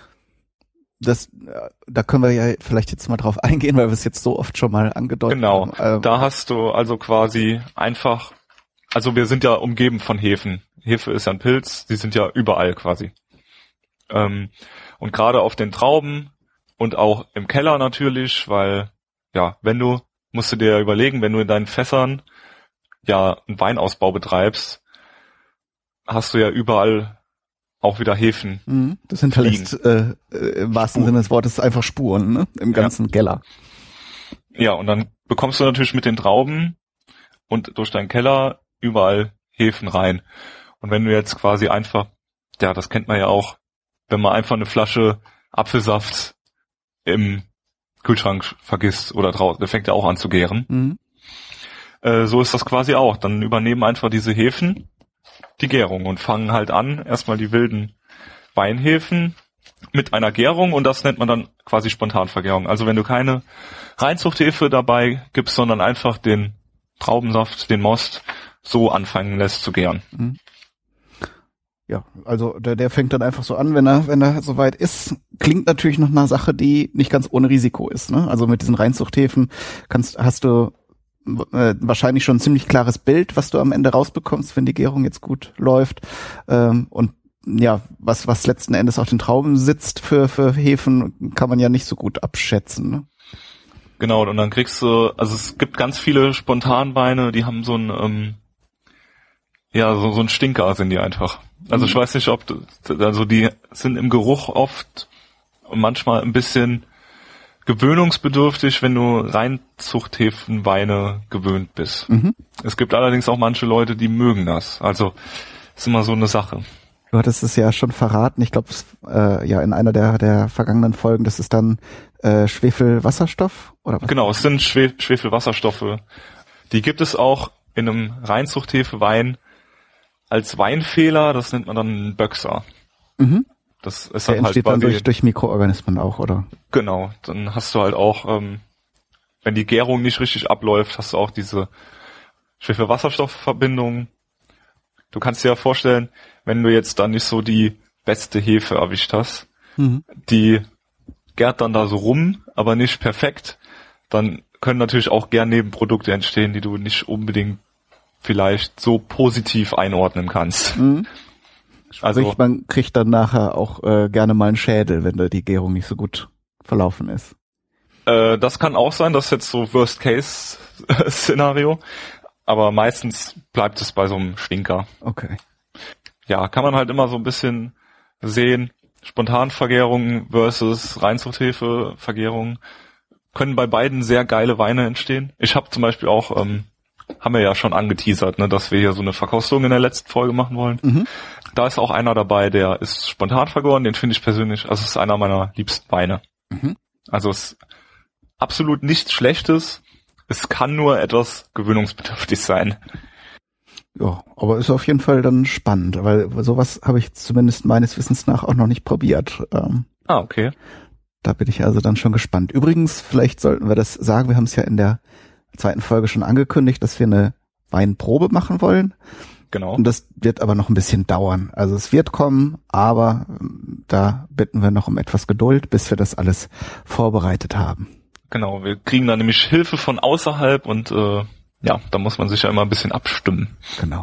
Speaker 1: Das, da können wir ja vielleicht jetzt mal drauf eingehen, weil wir es jetzt so oft schon mal angedeutet
Speaker 2: genau.
Speaker 1: haben.
Speaker 2: Genau, ähm, da hast du also quasi einfach, also wir sind ja umgeben von Hefen. Hefe ist ja ein Pilz, die sind ja überall quasi. Ähm, und gerade auf den Trauben und auch im Keller natürlich, weil, ja, wenn du, musst du dir überlegen, wenn du in deinen Fässern ja einen Weinausbau betreibst, hast du ja überall auch wieder Hefen.
Speaker 1: Mhm. Das hinterlässt äh, äh, im wahrsten Sinne des Wortes einfach Spuren, ne? Im ganzen ja. Keller.
Speaker 2: Ja, und dann bekommst du natürlich mit den Trauben und durch deinen Keller überall Hefen rein. Und wenn du jetzt quasi einfach, ja, das kennt man ja auch, wenn man einfach eine Flasche Apfelsaft im Kühlschrank vergisst oder draußen, der fängt ja auch an zu gären. Mhm. Äh, so ist das quasi auch. Dann übernehmen einfach diese Hefen die Gärung und fangen halt an, erstmal die wilden Weinhefen mit einer Gärung, und das nennt man dann quasi Spontanvergärung. Also wenn du keine Reinzuchthefe dabei gibst, sondern einfach den Traubensaft, den Most so anfangen lässt zu gären.
Speaker 1: Mhm. Ja, also der, der fängt dann einfach so an, wenn er wenn er soweit ist. Klingt natürlich nach einer Sache, die nicht ganz ohne Risiko ist, ne? Also mit diesen Reinzuchthäfen kannst hast du äh, wahrscheinlich schon ein ziemlich klares Bild, was du am Ende rausbekommst, wenn die Gärung jetzt gut läuft. Ähm, und ja, was was letzten Endes auf den Trauben sitzt für für Hefen, kann man ja nicht so gut abschätzen. Ne?
Speaker 2: Genau, und dann kriegst du, also es gibt ganz viele Spontanweine, die haben so ein, ähm, ja, so, so ein Stinker sind die einfach. Also mhm. ich weiß nicht, ob, also die sind im Geruch oft und manchmal ein bisschen gewöhnungsbedürftig, wenn du Reinzuchthefenweine gewöhnt bist. Mhm. Es gibt allerdings auch manche Leute, die mögen das. Also ist immer so eine Sache.
Speaker 1: Du hattest es ja schon verraten, ich glaube, äh, ja, in einer der der vergangenen Folgen, das ist dann äh, Schwefelwasserstoff oder was?
Speaker 2: Genau, es sind Schwe- Schwefelwasserstoffe. Die gibt es auch in einem Reinzuchthefewein als Weinfehler, das nennt man dann Böxer. Mhm. Das ist
Speaker 1: der
Speaker 2: dann
Speaker 1: entsteht
Speaker 2: halt
Speaker 1: dann durch, durch Mikroorganismen auch, oder?
Speaker 2: Genau, dann hast du halt auch, ähm, wenn die Gärung nicht richtig abläuft, hast du auch diese Schwefelwasserstoffverbindung. Du kannst dir ja vorstellen, wenn du jetzt dann nicht so die beste Hefe erwischt hast, mhm. die gärt dann da so rum, aber nicht perfekt, dann können natürlich auch gern Nebenprodukte entstehen, die du nicht unbedingt vielleicht so positiv einordnen kannst. Mhm.
Speaker 1: Also Sprich, man kriegt dann nachher auch äh, gerne mal einen Schädel, wenn da die Gärung nicht so gut verlaufen ist.
Speaker 2: Äh, das kann auch sein, das ist jetzt so Worst-Case-Szenario. Aber meistens bleibt es bei so einem Stinker.
Speaker 1: Okay.
Speaker 2: Ja, kann man halt immer so ein bisschen sehen. Spontanvergärung versus Reinzuchthefevergärung können bei beiden sehr geile Weine entstehen. Ich habe zum Beispiel auch, ähm, haben wir ja schon angeteasert, ne, dass wir hier so eine Verkostung in der letzten Folge machen wollen. Mhm. Da ist auch einer dabei, der ist spontan vergoren. Den finde ich persönlich, also es ist einer meiner liebsten Weine. Mhm. Also es ist absolut nichts Schlechtes. Es kann nur etwas gewöhnungsbedürftig sein.
Speaker 1: Ja, aber ist auf jeden Fall dann spannend, weil sowas habe ich zumindest meines Wissens nach auch noch nicht probiert. Ähm,
Speaker 2: ah, okay.
Speaker 1: Da bin ich also dann schon gespannt. Übrigens, vielleicht sollten wir das sagen, wir haben es ja in der zweiten Folge schon angekündigt, dass wir eine Weinprobe machen wollen.
Speaker 2: Genau.
Speaker 1: Und das wird aber noch ein bisschen dauern. Also es wird kommen, aber da bitten wir noch um etwas Geduld, bis wir das alles vorbereitet haben.
Speaker 2: Genau, wir kriegen da nämlich Hilfe von außerhalb und äh, ja, da muss man sich ja immer ein bisschen abstimmen.
Speaker 1: Genau.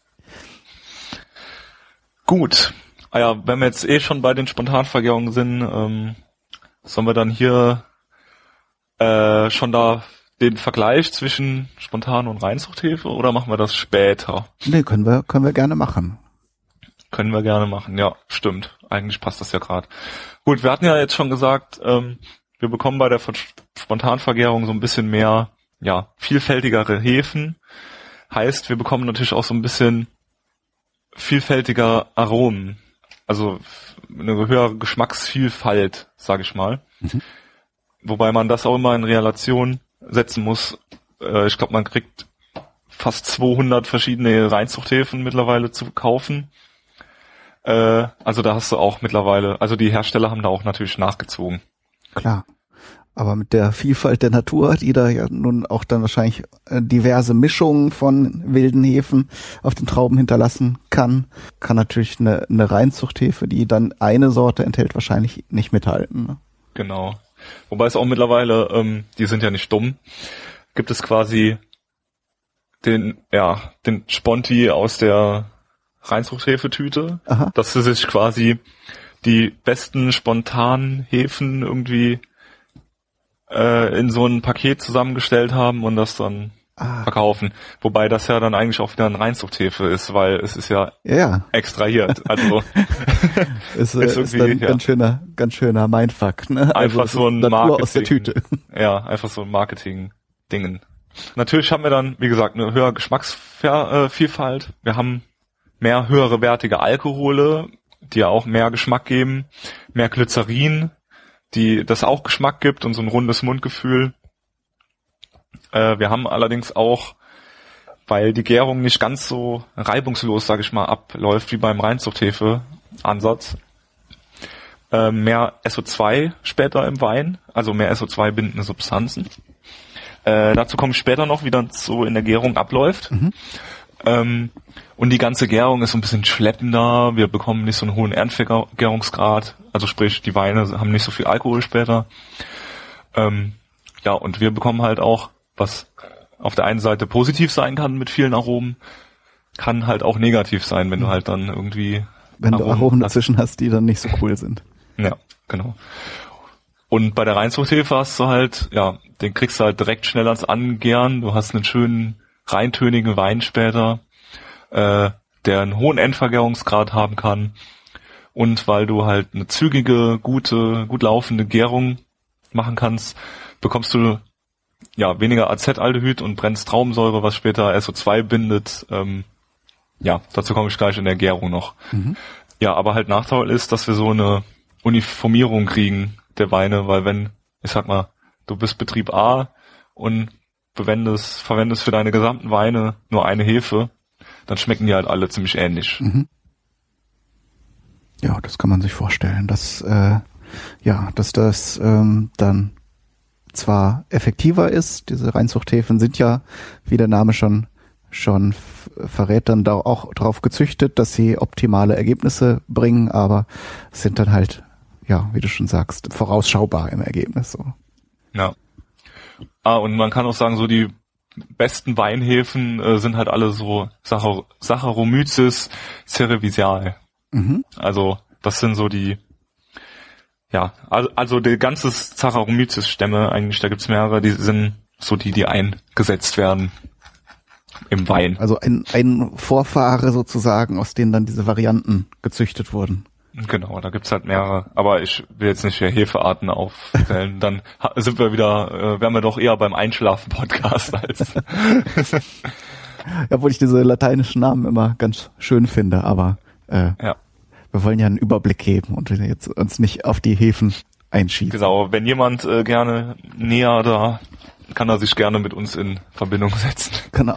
Speaker 2: Gut. Ah ja, wenn wir jetzt eh schon bei den Spontanvergärungen sind, ähm, sollen wir dann hier äh, schon da den Vergleich zwischen Spontan- und Reinzuchthefe oder machen wir das später?
Speaker 1: Nee, können wir können wir gerne machen.
Speaker 2: Können wir gerne machen, ja, stimmt. Eigentlich passt das ja gerade. Gut, wir hatten ja jetzt schon gesagt, ähm, wir bekommen bei der Spontanvergärung so ein bisschen mehr, ja, vielfältigere Hefen. Heißt, wir bekommen natürlich auch so ein bisschen vielfältiger Aromen. Also eine höhere Geschmacksvielfalt, sage ich mal. Mhm. Wobei man das auch immer in Relation setzen muss. Äh, ich glaube, man kriegt fast zweihundert verschiedene Reinzuchthäfen mittlerweile zu kaufen. Äh, also da hast du auch mittlerweile, also die Hersteller haben da auch natürlich nachgezogen.
Speaker 1: Klar. Aber mit der Vielfalt der Natur, die da ja nun auch dann wahrscheinlich diverse Mischungen von wilden Hefen auf den Trauben hinterlassen kann, kann natürlich eine, eine Reinzuchthefe, die dann eine Sorte enthält, wahrscheinlich nicht mithalten. Ne?
Speaker 2: Genau. Wobei es auch mittlerweile, ähm, die sind ja nicht dumm, gibt es quasi den, ja, den Sponti aus der Reinzuchthefetüte, dass sie sich quasi die besten spontanen Hefen irgendwie äh, in so ein Paket zusammengestellt haben und das dann ah. verkaufen. Wobei das ja dann eigentlich auch wieder ein Reinzuchthefe ist, weil es ist ja,
Speaker 1: ja.
Speaker 2: extrahiert. Also
Speaker 1: es ist, ist dann ja. ganz schöner, ganz schöner Mindfuck. Ne?
Speaker 2: Einfach
Speaker 1: also
Speaker 2: so ein Marketing
Speaker 1: aus der Tüte.
Speaker 2: Ja, einfach so ein Marketing-Dingen. Natürlich haben wir dann, wie gesagt, eine höhere Geschmacksvielfalt. Wir haben mehr höhere wertige Alkohole, die ja auch mehr Geschmack geben, mehr Glycerin, die das auch Geschmack gibt und so ein rundes Mundgefühl. Äh, wir haben allerdings auch, weil die Gärung nicht ganz so reibungslos, sage ich mal, abläuft wie beim Reinzuchthefe-Ansatz, äh, mehr S O zwei später im Wein, also mehr S O zwei bindende Substanzen. Äh, dazu komme ich später noch, wie das so in der Gärung abläuft. Mhm. Ähm, und die ganze Gärung ist so ein bisschen schleppender. Wir bekommen nicht so einen hohen Ernstgärungsgrad. Also sprich, die Weine haben nicht so viel Alkohol später. Ähm, ja, und wir bekommen halt auch, was auf der einen Seite positiv sein kann mit vielen Aromen, kann halt auch negativ sein, wenn du halt dann irgendwie
Speaker 1: wenn Aromen du Aromen dazwischen hast, die dann nicht so cool sind.
Speaker 2: Ja, genau. Und bei der Reinzuchthefe hast du halt, ja, den kriegst du halt direkt schnell ans Angären. Du hast einen schönen, reintönigen Wein später, äh, der einen hohen Endvergärungsgrad haben kann. Und weil du halt eine zügige, gute, gut laufende Gärung machen kannst, bekommst du ja weniger Acetaldehyd und brennst Traubensäure, was später S O zwei bindet. Ähm, ja, dazu komme ich gleich in der Gärung noch. Mhm. Ja, aber halt Nachteil ist, dass wir so eine Uniformierung kriegen der Weine, weil wenn, ich sag mal, du bist Betrieb A und verwendest, verwendest für deine gesamten Weine nur eine Hefe, dann schmecken die halt alle ziemlich ähnlich.
Speaker 1: Mhm. Ja, das kann man sich vorstellen, dass äh, ja, dass das ähm, dann zwar effektiver ist, diese Reinzuchthäfen sind ja, wie der Name schon schon f- verrät, dann da auch drauf gezüchtet, dass sie optimale Ergebnisse bringen, aber sind dann halt, ja, wie du schon sagst, vorausschaubar im Ergebnis. So.
Speaker 2: Ja. Ah, und man kann auch sagen, so die besten Weinhefen äh, sind halt alle so Sachar- Saccharomyces cerevisiae. Mhm. Also das sind so die, ja, also, also die ganze Saccharomyces-Stämme eigentlich, da gibt's mehrere, die sind so die, die eingesetzt werden im Wein.
Speaker 1: Also ein, ein Vorfahre sozusagen, aus denen dann diese Varianten gezüchtet wurden.
Speaker 2: Genau, da gibt's halt mehrere, aber ich will jetzt nicht hier Hefearten aufzählen, dann sind wir wieder, äh, wären wir doch eher beim Einschlafen-Podcast als.
Speaker 1: Ja, obwohl ich diese lateinischen Namen immer ganz schön finde, aber äh, ja. Wir wollen ja einen Überblick geben und jetzt uns nicht auf die Hefen einschießen.
Speaker 2: Genau, wenn jemand äh, gerne näher da, kann er sich gerne mit uns in Verbindung setzen.
Speaker 1: Genau.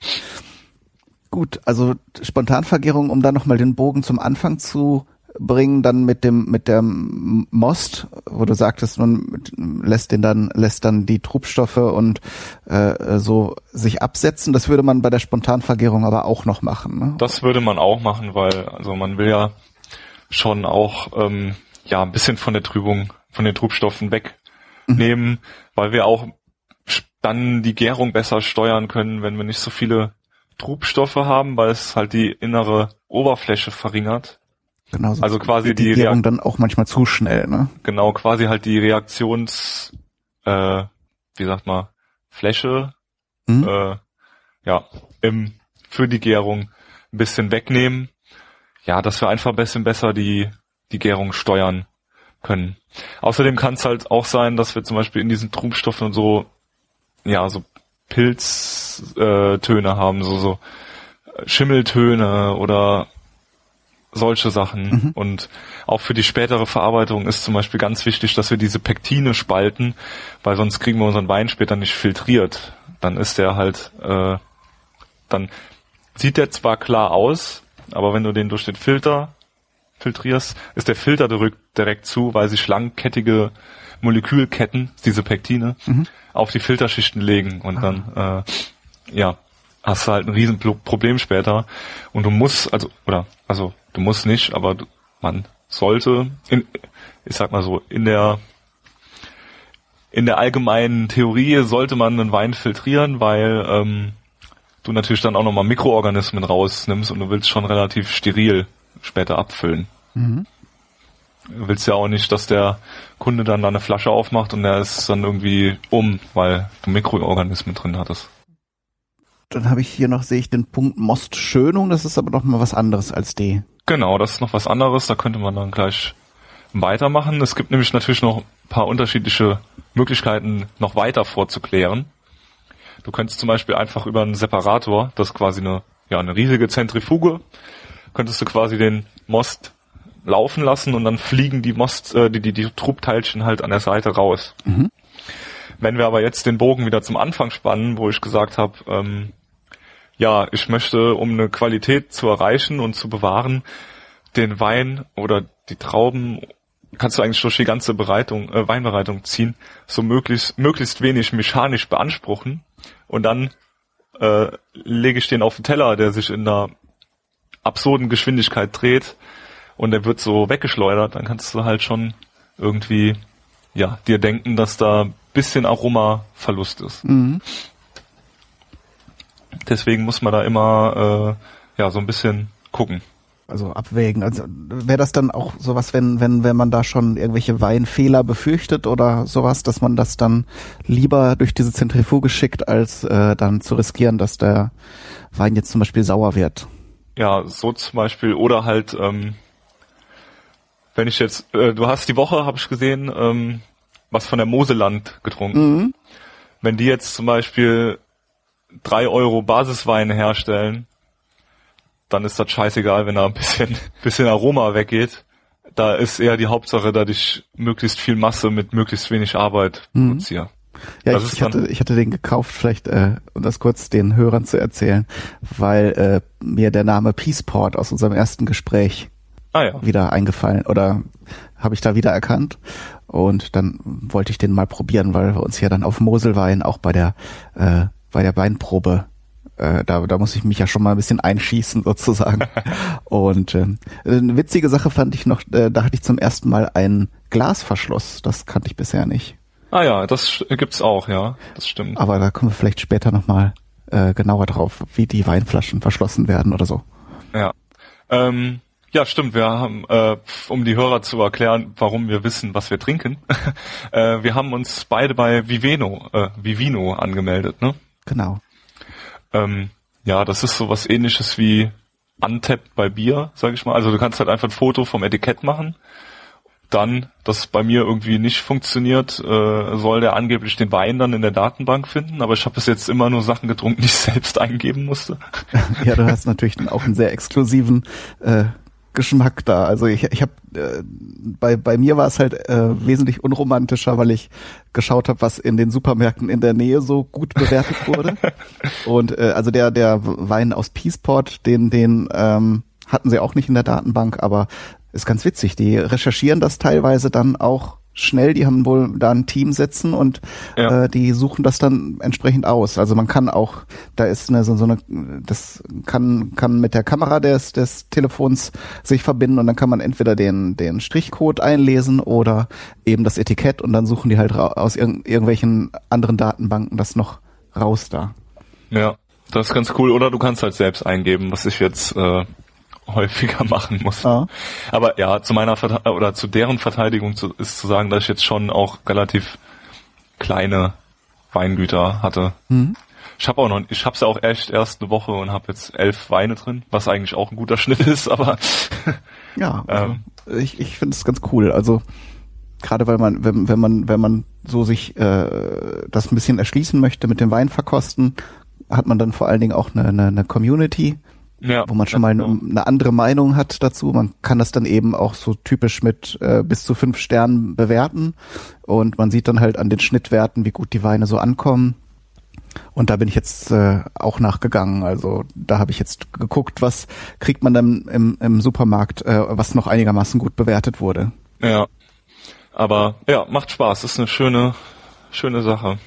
Speaker 1: Gut, also Spontanvergärung, um da nochmal den Bogen zum Anfang zu bringen, dann mit dem mit dem Most, wo du sagtest, man lässt den dann lässt dann die Trubstoffe und äh, so sich absetzen. Das würde man bei der Spontanvergärung aber auch noch machen, ne?
Speaker 2: Das würde man auch machen, weil also man will ja schon auch ähm, ja ein bisschen von der Trübung, von den Trubstoffen wegnehmen, mhm. weil wir auch dann die Gärung besser steuern können, wenn wir nicht so viele Trubstoffe haben, weil es halt die innere Oberfläche verringert.
Speaker 1: Genau, so
Speaker 2: also quasi
Speaker 1: die, die
Speaker 2: die
Speaker 1: Gärung Reak- dann auch manchmal zu schnell, ne?
Speaker 2: Genau, quasi halt die Reaktions, äh, wie sagt man, Fläche, mhm. äh, ja, im für die Gärung ein bisschen wegnehmen. Ja, dass wir einfach ein bisschen besser die die Gärung steuern können. Außerdem kann es halt auch sein, dass wir zum Beispiel in diesen Trubstoffen so, ja, so Pilztöne äh, haben, so so Schimmeltöne oder solche Sachen. Mhm. Und auch für die spätere Verarbeitung ist zum Beispiel ganz wichtig, dass wir diese Pektine spalten, weil sonst kriegen wir unseren Wein später nicht filtriert. Dann ist der halt, äh, dann sieht der zwar klar aus, aber wenn du den durch den Filter filtrierst, ist der Filter direkt, direkt zu, weil sich langkettige Molekülketten, diese Pektine, mhm. auf die Filterschichten legen und ah. dann, äh, ja, hast du halt ein Riesenproblem später. Und du musst, also, oder, also, du musst nicht, aber du, man sollte, in, ich sag mal so, in der, in der allgemeinen Theorie sollte man einen Wein filtrieren, weil, ähm, du natürlich dann auch nochmal Mikroorganismen rausnimmst und du willst schon relativ steril später abfüllen. Mhm. Du willst ja auch nicht, dass der Kunde dann da eine Flasche aufmacht und der ist dann irgendwie um, weil du Mikroorganismen drin hattest.
Speaker 1: Dann habe ich hier noch, sehe ich den Punkt Mostschönung, das ist aber noch mal was anderes als D.
Speaker 2: Genau, das ist noch was anderes, da könnte man dann gleich weitermachen. Es gibt nämlich natürlich noch ein paar unterschiedliche Möglichkeiten, noch weiter vorzuklären. Du könntest zum Beispiel einfach über einen Separator, das ist quasi eine, ja, eine riesige Zentrifuge, könntest du quasi den Most laufen lassen und dann fliegen die Most, äh, die, die, die Trubteilchen halt an der Seite raus. Mhm. Wenn wir aber jetzt den Bogen wieder zum Anfang spannen, wo ich gesagt habe, ähm, ja, ich möchte, um eine Qualität zu erreichen und zu bewahren, den Wein oder die Trauben kannst du eigentlich durch die ganze Bereitung, äh, Weinbereitung ziehen, so möglichst, möglichst wenig mechanisch beanspruchen und dann äh, lege ich den auf den Teller, der sich in einer absurden Geschwindigkeit dreht und der wird so weggeschleudert, dann kannst du halt schon irgendwie, ja, dir denken, dass da ein bisschen Aromaverlust ist. Mhm. Deswegen muss man da immer, äh, ja, so ein bisschen gucken.
Speaker 1: also abwägen? Also wäre das dann auch sowas, wenn wenn wenn man da schon irgendwelche Weinfehler befürchtet oder sowas, dass man das dann lieber durch diese Zentrifuge schickt, als äh, dann zu riskieren, dass der Wein jetzt zum Beispiel sauer wird?
Speaker 2: Ja, so zum Beispiel. Oder halt, ähm, wenn ich jetzt, äh, du hast die Woche, habe ich gesehen, ähm, was von der Moseland getrunken. Mhm. Wenn die jetzt zum Beispiel drei Euro Basisweine herstellen, dann ist das scheißegal, wenn da ein bisschen, bisschen Aroma weggeht. Da ist eher die Hauptsache, dass ich möglichst viel Masse mit möglichst wenig Arbeit mhm. produziere.
Speaker 1: Ja, das ich, ich, hatte, ich hatte den gekauft, vielleicht, äh, um das kurz den Hörern zu erzählen, weil äh, mir der Name Peaceport aus unserem ersten Gespräch ah, ja. wieder eingefallen, oder habe ich da wieder erkannt. Und dann wollte ich den mal probieren, weil wir uns ja dann auf Moselwein auch bei der äh, bei der Weinprobe, äh, da da muss ich mich ja schon mal ein bisschen einschießen sozusagen. Und äh, eine witzige Sache fand ich noch, äh, da hatte ich zum ersten Mal einen Glasverschluss, das kannte ich bisher nicht.
Speaker 2: Ah ja, das gibt's auch, ja, das stimmt.
Speaker 1: Aber da kommen wir vielleicht später nochmal äh, genauer drauf, wie die Weinflaschen verschlossen werden oder so.
Speaker 2: Ja, ähm, ja stimmt, wir haben, äh, um die Hörer zu erklären, warum wir wissen, was wir trinken, äh, wir haben uns beide bei Viveno, äh, Vivino angemeldet, ne?
Speaker 1: Genau.
Speaker 2: Ähm, ja, das ist so was Ähnliches wie Untapped bei Bier, sag ich mal. Also du kannst halt einfach ein Foto vom Etikett machen. Dann, das bei mir irgendwie nicht funktioniert, äh, soll der angeblich den Wein dann in der Datenbank finden, aber ich habe bis jetzt immer nur Sachen getrunken, die ich selbst eingeben musste.
Speaker 1: Ja, du hast natürlich dann auch einen sehr exklusiven äh, Geschmack da. Also ich, ich habe äh, bei bei mir war es halt äh, wesentlich unromantischer, weil ich geschaut habe, was in den Supermärkten in der Nähe so gut bewertet wurde. Und äh, also der der Wein aus Peaceport, den den ähm, hatten sie auch nicht in der Datenbank, aber ist ganz witzig. Die recherchieren das teilweise dann auch schnell. Die haben wohl da ein Team sitzen und ja. äh, die suchen das dann entsprechend aus. Also man kann auch, da ist eine so, so eine, das kann kann mit der Kamera des des Telefons sich verbinden und dann kann man entweder den den Strichcode einlesen oder eben das Etikett und dann suchen die halt ra- aus irg- irgendwelchen anderen Datenbanken das noch raus da.
Speaker 2: Ja, das ist ganz cool. Oder du kannst halt selbst eingeben, was ich jetzt äh häufiger machen muss. Ah. Aber ja, zu meiner Verte- oder zu deren Verteidigung zu, ist zu sagen, dass ich jetzt schon auch relativ kleine Weingüter hatte. Mhm. Ich habe auch noch, ich habe es ja auch echt erst eine Woche und habe jetzt elf Weine drin, was eigentlich auch ein guter Schnitt ist, aber
Speaker 1: ja, also ähm, ich ich finde es ganz cool. Also gerade weil man, wenn wenn man wenn man so sich äh, das ein bisschen erschließen möchte mit dem Weinverkosten, hat man dann vor allen Dingen auch eine eine, eine Community. Ja, wo man schon mal eine, eine andere Meinung hat dazu. Man kann das dann eben auch so typisch mit äh, bis zu fünf Sternen bewerten und man sieht dann halt an den Schnittwerten, wie gut die Weine so ankommen. Und da bin ich jetzt äh, auch nachgegangen. Also da habe ich jetzt geguckt, was kriegt man dann im, im Supermarkt, äh, was noch einigermaßen gut bewertet wurde.
Speaker 2: Ja, aber ja, macht Spaß. Ist eine schöne, schöne Sache.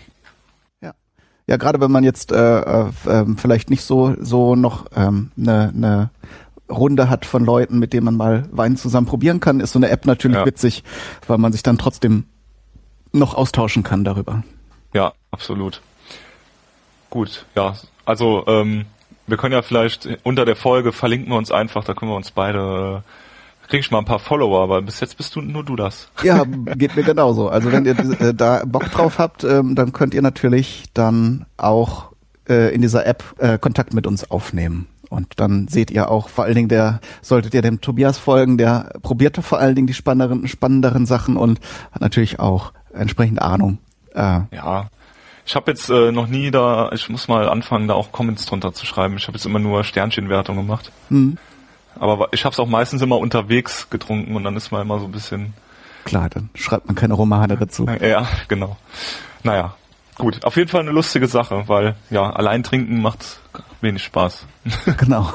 Speaker 1: Ja, gerade wenn man jetzt äh, äh, vielleicht nicht so so noch ähm, eine, eine Runde hat von Leuten, mit denen man mal Wein zusammen probieren kann, ist so eine App natürlich ja. witzig, weil man sich dann trotzdem noch austauschen kann darüber.
Speaker 2: Ja, absolut. Gut, ja, also ähm, wir können ja vielleicht unter der Folge verlinken wir uns einfach, da können wir uns beide äh, krieg ich mal ein paar Follower, aber bis jetzt bist du nur du das.
Speaker 1: Ja, geht mir genauso. Also wenn ihr äh, da Bock drauf habt, ähm, dann könnt ihr natürlich dann auch äh, in dieser App äh, Kontakt mit uns aufnehmen. Und dann seht ihr auch, vor allen Dingen der, solltet ihr dem Tobias folgen, der probierte vor allen Dingen die spannenderen, spannenderen Sachen und hat natürlich auch entsprechend Ahnung. Äh,
Speaker 2: ja. Ich habe jetzt äh, noch nie da, ich muss mal anfangen, da auch Comments drunter zu schreiben. Ich habe jetzt immer nur Sternchenwertung gemacht. Mhm. Aber ich habe es auch meistens immer unterwegs getrunken und dann ist man immer so ein bisschen...
Speaker 1: Klar, dann schreibt man keine Romane dazu.
Speaker 2: Ja, genau. Naja, gut. Auf jeden Fall eine lustige Sache, weil ja, allein trinken macht wenig Spaß.
Speaker 1: Genau.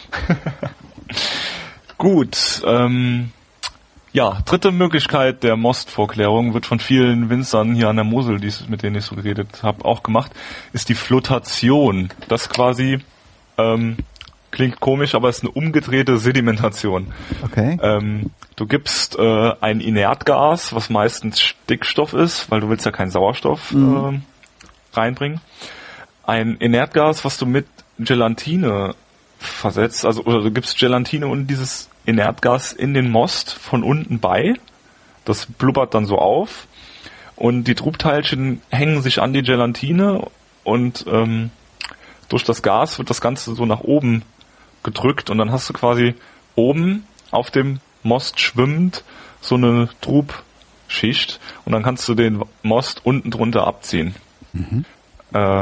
Speaker 2: Gut, ähm, ja, dritte Möglichkeit der Mostvorklärung wird von vielen Winzern hier an der Mosel, die, mit denen ich so geredet habe, auch gemacht, ist die Flotation. Das quasi... Ähm, Klingt komisch, aber es ist eine umgedrehte Sedimentation.
Speaker 1: Okay.
Speaker 2: Ähm, du gibst äh, ein Inertgas, was meistens Stickstoff ist, weil du willst ja keinen Sauerstoff mhm. äh, reinbringen. Ein Inertgas, was du mit Gelatine versetzt, also oder du gibst Gelatine und dieses Inertgas in den Most von unten bei. Das blubbert dann so auf und die Trubteilchen hängen sich an die Gelatine und ähm, durch das Gas wird das Ganze so nach oben gedrückt und dann hast du quasi oben auf dem Most schwimmend so eine Trubschicht und dann kannst du den Most unten drunter abziehen. Mhm. Äh,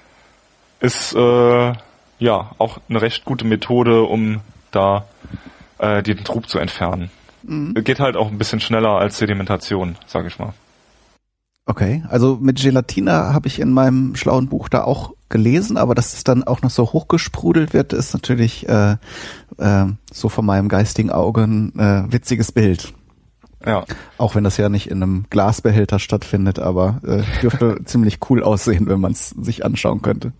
Speaker 2: ist äh, ja auch eine recht gute Methode, um da äh, den Trub zu entfernen. Mhm. Geht halt auch ein bisschen schneller als Sedimentation, sag ich mal.
Speaker 1: Okay, also mit Gelatine habe ich in meinem schlauen Buch da auch gelesen, aber dass es dann auch noch so hochgesprudelt wird, ist natürlich äh, äh, so von meinem geistigen Auge ein äh, witziges Bild.
Speaker 2: Ja.
Speaker 1: Auch wenn das ja nicht in einem Glasbehälter stattfindet, aber äh, dürfte ziemlich cool aussehen, wenn man es sich anschauen könnte.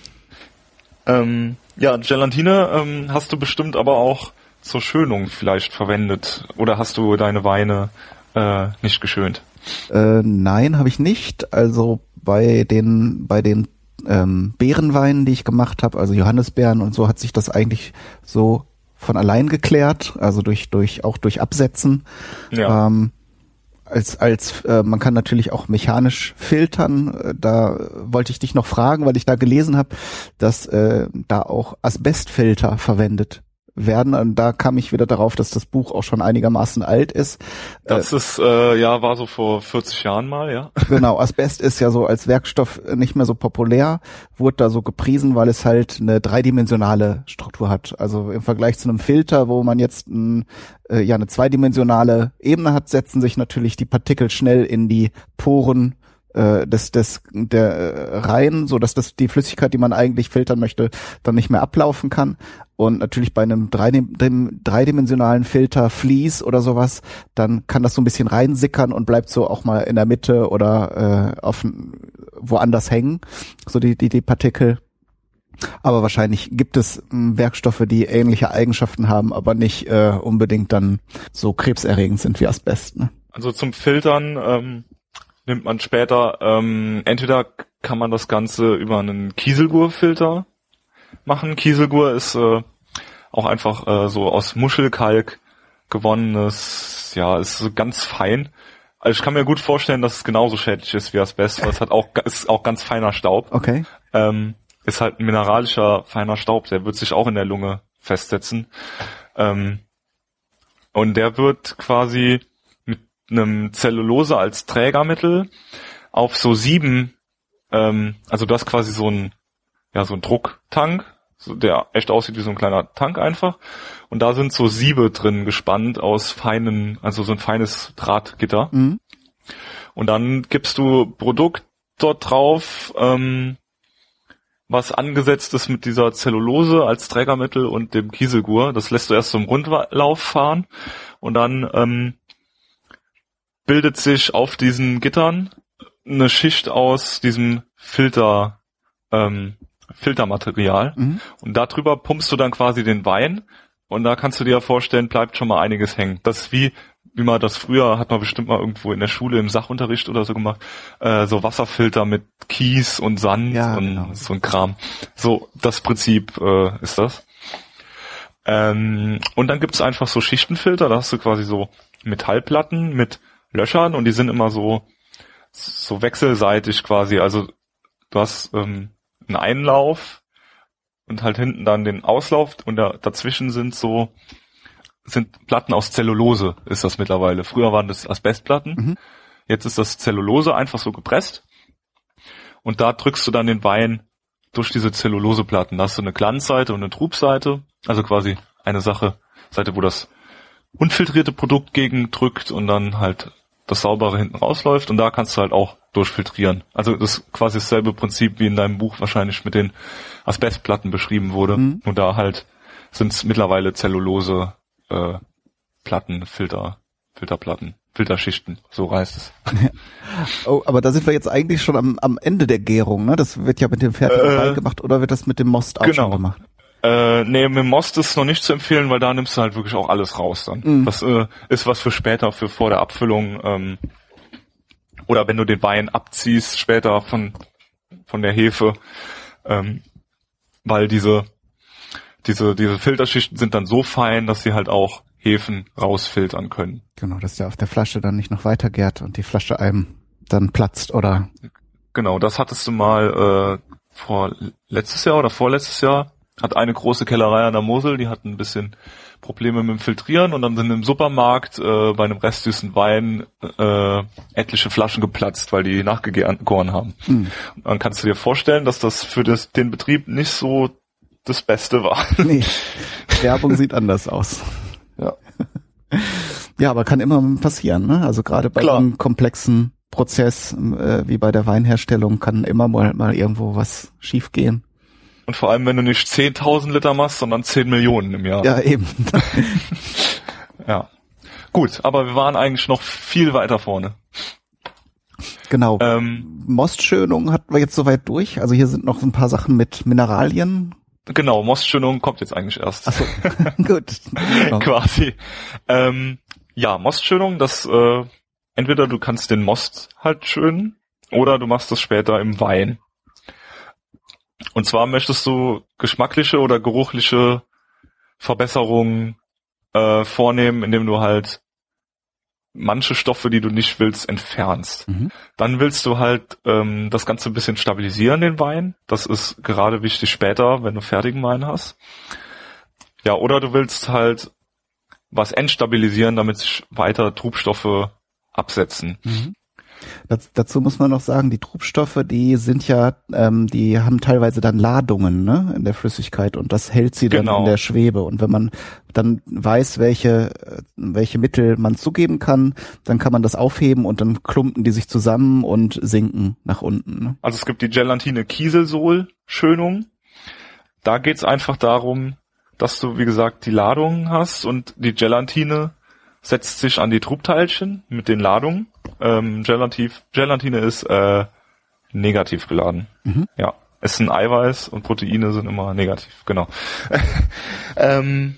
Speaker 2: Ähm, ja, Gelatine ähm, hast du bestimmt aber auch zur Schönung vielleicht verwendet oder hast du deine Weine äh, nicht geschönt?
Speaker 1: Äh, nein, habe ich nicht. Also bei den bei den ähm, Beerenweinen, die ich gemacht habe, also Johannisbeeren und so, hat sich das eigentlich so von allein geklärt, also durch durch auch durch Absetzen.
Speaker 2: Ja.
Speaker 1: Ähm, als als äh, man kann natürlich auch mechanisch filtern. Da wollte ich dich noch fragen, weil ich da gelesen habe, dass äh, da auch Asbestfilter verwendet werden. Und da kam ich wieder darauf, dass das Buch auch schon einigermaßen alt ist.
Speaker 2: Das äh, ist, äh, ja, war so vor vierzig Jahren mal, ja.
Speaker 1: Genau, Asbest ist ja so als Werkstoff nicht mehr so populär, wurde da so gepriesen, weil es halt eine dreidimensionale Struktur hat. Also im Vergleich zu einem Filter, wo man jetzt ein, äh, ja eine zweidimensionale Ebene hat, setzen sich natürlich die Partikel schnell in die Poren äh, des des der äh, rein, so dass das die Flüssigkeit, die man eigentlich filtern möchte, dann nicht mehr ablaufen kann. Und natürlich bei einem dreidimensionalen Filter, Vlies oder sowas, dann kann das so ein bisschen reinsickern und bleibt so auch mal in der Mitte oder äh, auf woanders hängen, so die die die Partikel. Aber wahrscheinlich gibt es mh, Werkstoffe, die ähnliche Eigenschaften haben, aber nicht äh, unbedingt dann so krebserregend sind wie Asbest. Ne?
Speaker 2: Also zum Filtern ähm, nimmt man später, ähm, entweder kann man das Ganze über einen Kieselgurfilter machen. Kieselgur ist äh, auch einfach äh, so aus Muschelkalk gewonnenes, ja, ist so ganz fein. Also ich kann mir gut vorstellen, dass es genauso schädlich ist wie Asbest, weil es hat auch ist auch ganz feiner Staub.
Speaker 1: Okay.
Speaker 2: Ähm, ist halt ein mineralischer feiner Staub, der wird sich auch in der Lunge festsetzen. Ähm, und der wird quasi mit einem Zellulose als Trägermittel auf so sieben, ähm, also du hast quasi so ein ja, so ein Drucktank, so, der echt aussieht wie so ein kleiner Tank einfach. Und da sind so Siebe drin gespannt aus feinen, also so ein feines Drahtgitter. Mhm. Und dann gibst du Produkt dort drauf, ähm, was angesetzt ist mit dieser Zellulose als Trägermittel und dem Kieselgur. Das lässt du erst so im Rundlauf fahren. Und dann ähm, bildet sich auf diesen Gittern eine Schicht aus diesem Filter, ähm, Filtermaterial. Mhm. Und darüber pumpst du dann quasi den Wein und da kannst du dir ja vorstellen, bleibt schon mal einiges hängen. Das ist wie, wie man das früher, hat man bestimmt mal irgendwo in der Schule im Sachunterricht oder so gemacht, äh, so Wasserfilter mit Kies und Sand
Speaker 1: ja,
Speaker 2: und
Speaker 1: genau.
Speaker 2: so ein Kram. So, das Prinzip äh, ist das. Ähm, und dann gibt's einfach so Schichtenfilter, da hast du quasi so Metallplatten mit Löchern und die sind immer so, so wechselseitig quasi. Also du hast ähm, einen Einlauf und halt hinten dann den Auslauf und da, dazwischen sind so sind Platten aus Zellulose, ist das mittlerweile. Früher waren das Asbestplatten, mhm. Jetzt ist das Zellulose einfach so gepresst und da drückst du dann den Wein durch diese Zelluloseplatten. Da hast du eine Glanzseite und eine Trubseite, also quasi eine Sache, Seite, wo das unfiltrierte Produkt gegen drückt und dann halt das Saubere hinten rausläuft und da kannst du halt auch durchfiltrieren. Also das ist quasi dasselbe Prinzip, wie in deinem Buch wahrscheinlich mit den Asbestplatten beschrieben wurde. Mhm. Und da halt sind es mittlerweile Zellulose äh, Platten, Filter, Filterplatten, Filterschichten, so heißt es.
Speaker 1: Oh, aber da sind wir jetzt eigentlich schon am, am Ende der Gärung, ne? Das wird ja mit dem fertigen Wein äh, gemacht oder wird das mit dem Most auch
Speaker 2: genau.
Speaker 1: schon gemacht?
Speaker 2: Äh, nee, mit dem Most ist noch nicht zu empfehlen, weil da nimmst du halt wirklich auch alles raus dann. Mhm. Das äh, ist was für später, für vor der Abfüllung, ähm, oder wenn du den Wein abziehst später von von der Hefe, ähm, weil diese diese, diese Filterschichten sind dann so fein, dass sie halt auch Hefen rausfiltern können.
Speaker 1: Genau, dass der auf der Flasche dann nicht noch weiter gärt und die Flasche einem dann platzt, oder?
Speaker 2: Genau, das hattest du mal äh, vor letztes Jahr oder vorletztes Jahr, hat eine große Kellerei an der Mosel, die hatten ein bisschen Probleme mit dem Filtrieren und dann sind im Supermarkt äh, bei einem restsüßen Wein äh, etliche Flaschen geplatzt, weil die nachgegoren haben. Mhm. Und dann kannst du dir vorstellen, dass das für das, den Betrieb nicht so das Beste war.
Speaker 1: Nee, Werbung sieht anders aus.
Speaker 2: Ja.
Speaker 1: Ja, aber kann immer passieren, ne? Also gerade bei
Speaker 2: Klar.
Speaker 1: einem komplexen Prozess äh, wie bei der Weinherstellung kann immer mal, mal irgendwo was schiefgehen.
Speaker 2: Und vor allem, wenn du nicht zehntausend Liter machst, sondern zehn Millionen im Jahr.
Speaker 1: Ja, eben.
Speaker 2: Ja. Gut, aber wir waren eigentlich noch viel weiter vorne.
Speaker 1: Genau.
Speaker 2: Ähm,
Speaker 1: Mostschönung hatten wir jetzt soweit durch. Also hier sind noch ein paar Sachen mit Mineralien.
Speaker 2: Genau, Mostschönung kommt jetzt eigentlich erst.
Speaker 1: Ach so. Gut. Genau.
Speaker 2: Quasi. Ähm, ja, Mostschönung, das äh, entweder du kannst den Most halt schönen oder du machst das später im Wein. Und zwar möchtest du geschmackliche oder geruchliche Verbesserungen äh, vornehmen, indem du halt manche Stoffe, die du nicht willst, entfernst. Mhm. Dann willst du halt ähm, das Ganze ein bisschen stabilisieren, den Wein. Das ist gerade wichtig später, wenn du fertigen Wein hast. Ja, oder du willst halt was entstabilisieren, damit sich weiter Trubstoffe absetzen.
Speaker 1: Mhm. Das, dazu muss man noch sagen, die Trubstoffe, die sind ja, ähm, die haben teilweise dann Ladungen, ne, in der Flüssigkeit und das hält sie dann
Speaker 2: Genau.
Speaker 1: in der Schwebe. Und wenn man dann weiß, welche welche Mittel man zugeben kann, dann kann man das aufheben und dann klumpen die sich zusammen und sinken nach unten. Ne?
Speaker 2: Also es gibt die Gelatine Kieselsol-Schönung. Da geht's einfach darum, dass du, wie gesagt, die Ladungen hast und die Gelatine setzt sich an die Trubteilchen mit den Ladungen. Ähm, Gelativ, Gelatine ist äh, negativ geladen. Mhm. Ja, es ist ein Eiweiß und Proteine sind immer negativ, genau. ähm,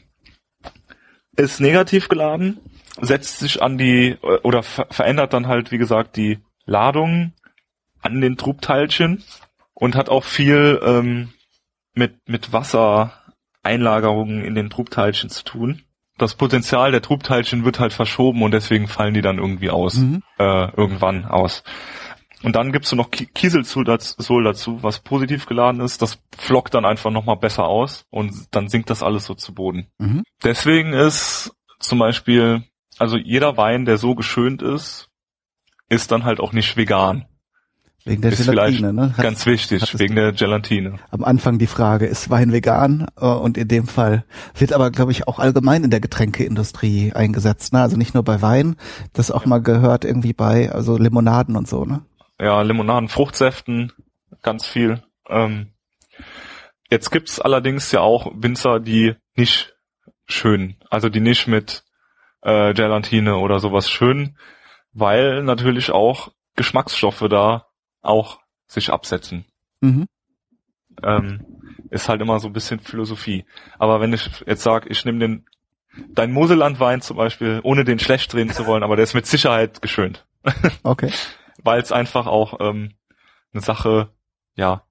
Speaker 2: ist negativ geladen, setzt sich an die, oder ver- verändert dann halt, wie gesagt, die Ladung an den Trubteilchen und hat auch viel ähm, mit, mit Wassereinlagerungen in den Trubteilchen zu tun. Das Potenzial der Trubteilchen wird halt verschoben und deswegen fallen die dann irgendwie aus, mhm. äh, irgendwann aus. Und dann gibst du noch Kieselsol dazu, was positiv geladen ist. Das flockt dann einfach nochmal besser aus und dann sinkt das alles so zu Boden. Mhm. Deswegen ist zum Beispiel, also jeder Wein, der so geschönt ist, ist dann halt auch nicht vegan.
Speaker 1: Wegen der
Speaker 2: ist
Speaker 1: Gelatine, ne? Hat,
Speaker 2: ganz wichtig, wegen der Gelatine.
Speaker 1: Am Anfang die Frage, ist Wein vegan? Und in dem Fall wird aber, glaube ich, auch allgemein in der Getränkeindustrie eingesetzt, ne? Also nicht nur bei Wein, das auch ja. mal gehört irgendwie bei, also Limonaden und so, ne?
Speaker 2: Ja, Limonaden, Fruchtsäften, ganz viel. Ähm, jetzt gibt's allerdings ja auch Winzer, die nicht schön, also die nicht mit äh, Gelatine oder sowas schön, weil natürlich auch Geschmacksstoffe da auch sich absetzen. Mhm. Ähm, ist halt immer so ein bisschen Philosophie. Aber wenn ich jetzt sage, ich nehme den dein Mosellandwein zum Beispiel, ohne den schlecht drehen zu wollen, aber der ist mit Sicherheit geschönt.
Speaker 1: Okay.
Speaker 2: Weil es einfach auch ähm, eine Sache, ja,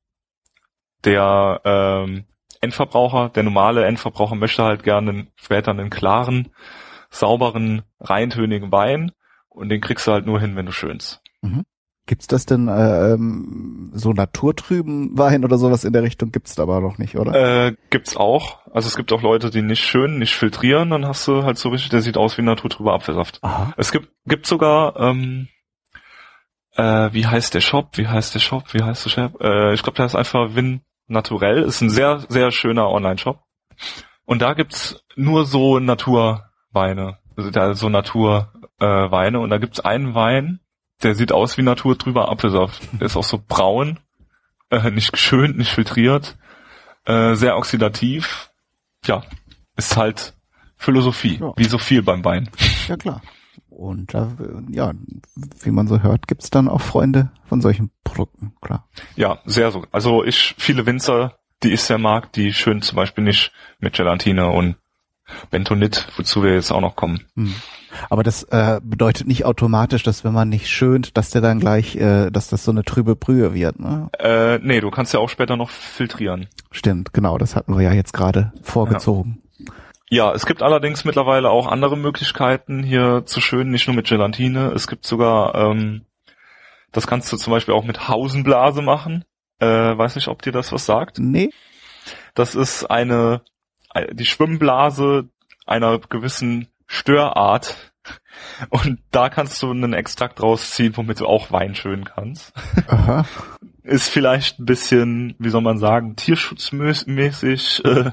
Speaker 2: der ähm, Endverbraucher, der normale Endverbraucher möchte halt gerne später einen klaren, sauberen, reintönigen Wein und den kriegst du halt nur hin, wenn du schönst.
Speaker 1: Mhm. Gibt's das denn äh, ähm, so naturtrüben Wein oder sowas in der Richtung? Gibt's da aber noch nicht, oder?
Speaker 2: Äh, gibt's auch. Also es gibt auch Leute, die nicht schön, nicht filtrieren, dann hast du halt so richtig, der sieht aus wie naturtrüber Apfelsaft. Aha. Es gibt gibt sogar, ähm, äh, wie heißt der Shop? Wie heißt der Shop? Wie heißt der Shop? Äh, ich glaube, der ist einfach Vin Naturell. Ist ein sehr, sehr schöner Online-Shop. Und da gibt's nur so Naturweine, also da so Naturweine. Äh, Weine. Und da gibt's einen Wein, der sieht aus wie naturtrüber Apfelsaft. Der ist auch so braun, äh, nicht geschönt, nicht filtriert, äh, sehr oxidativ. Ja, ist halt Philosophie, ja. Wie so viel beim Wein.
Speaker 1: Ja, klar. Und da, ja, wie man so hört, gibt's dann auch Freunde von solchen Produkten, klar.
Speaker 2: Ja, sehr so. Also ich, viele Winzer, die ich sehr mag, die schön zum Beispiel nicht mit Gelatine und Bentonit, wozu wir jetzt auch noch kommen.
Speaker 1: Hm. Aber das äh, bedeutet nicht automatisch, dass wenn man nicht schönt, dass der dann gleich, äh, dass das so eine trübe Brühe wird, ne?
Speaker 2: Äh, nee, du kannst ja auch später noch filtrieren.
Speaker 1: Stimmt, genau, das hatten wir ja jetzt gerade vorgezogen.
Speaker 2: Ja. ja, es gibt allerdings mittlerweile auch andere Möglichkeiten hier zu schönen, nicht nur mit Gelatine. Es gibt sogar, ähm, das kannst du zum Beispiel auch mit Hausenblase machen. Äh, weiß nicht, ob dir das was sagt.
Speaker 1: Nee.
Speaker 2: Das ist eine, die Schwimmblase einer gewissen Störart. Und da kannst du einen Extrakt rausziehen, womit du auch Wein schönen kannst.
Speaker 1: Aha.
Speaker 2: Ist vielleicht ein bisschen, wie soll man sagen, tierschutzmäßig, äh,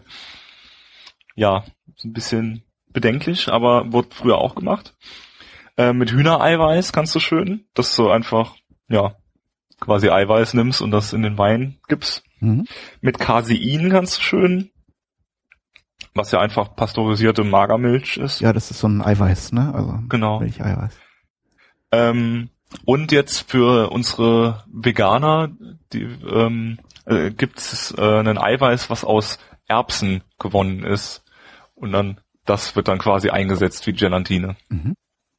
Speaker 2: ja, ein bisschen bedenklich, aber wurde früher auch gemacht. Äh, mit Hühnereiweiß kannst du schön, dass du einfach, ja, quasi Eiweiß nimmst und das in den Wein gibst.
Speaker 1: Mhm.
Speaker 2: Mit Casein kannst du schön, was ja einfach pasteurisierte Magermilch ist.
Speaker 1: Ja, das ist so ein Eiweiß, ne? Also
Speaker 2: genau.
Speaker 1: Milcheiweiß.
Speaker 2: Ähm, und jetzt für unsere Veganer, die ähm, äh, gibt es äh, einen Eiweiß, was aus Erbsen gewonnen ist. Und dann, das wird dann quasi eingesetzt wie Gelatine.
Speaker 1: Mhm.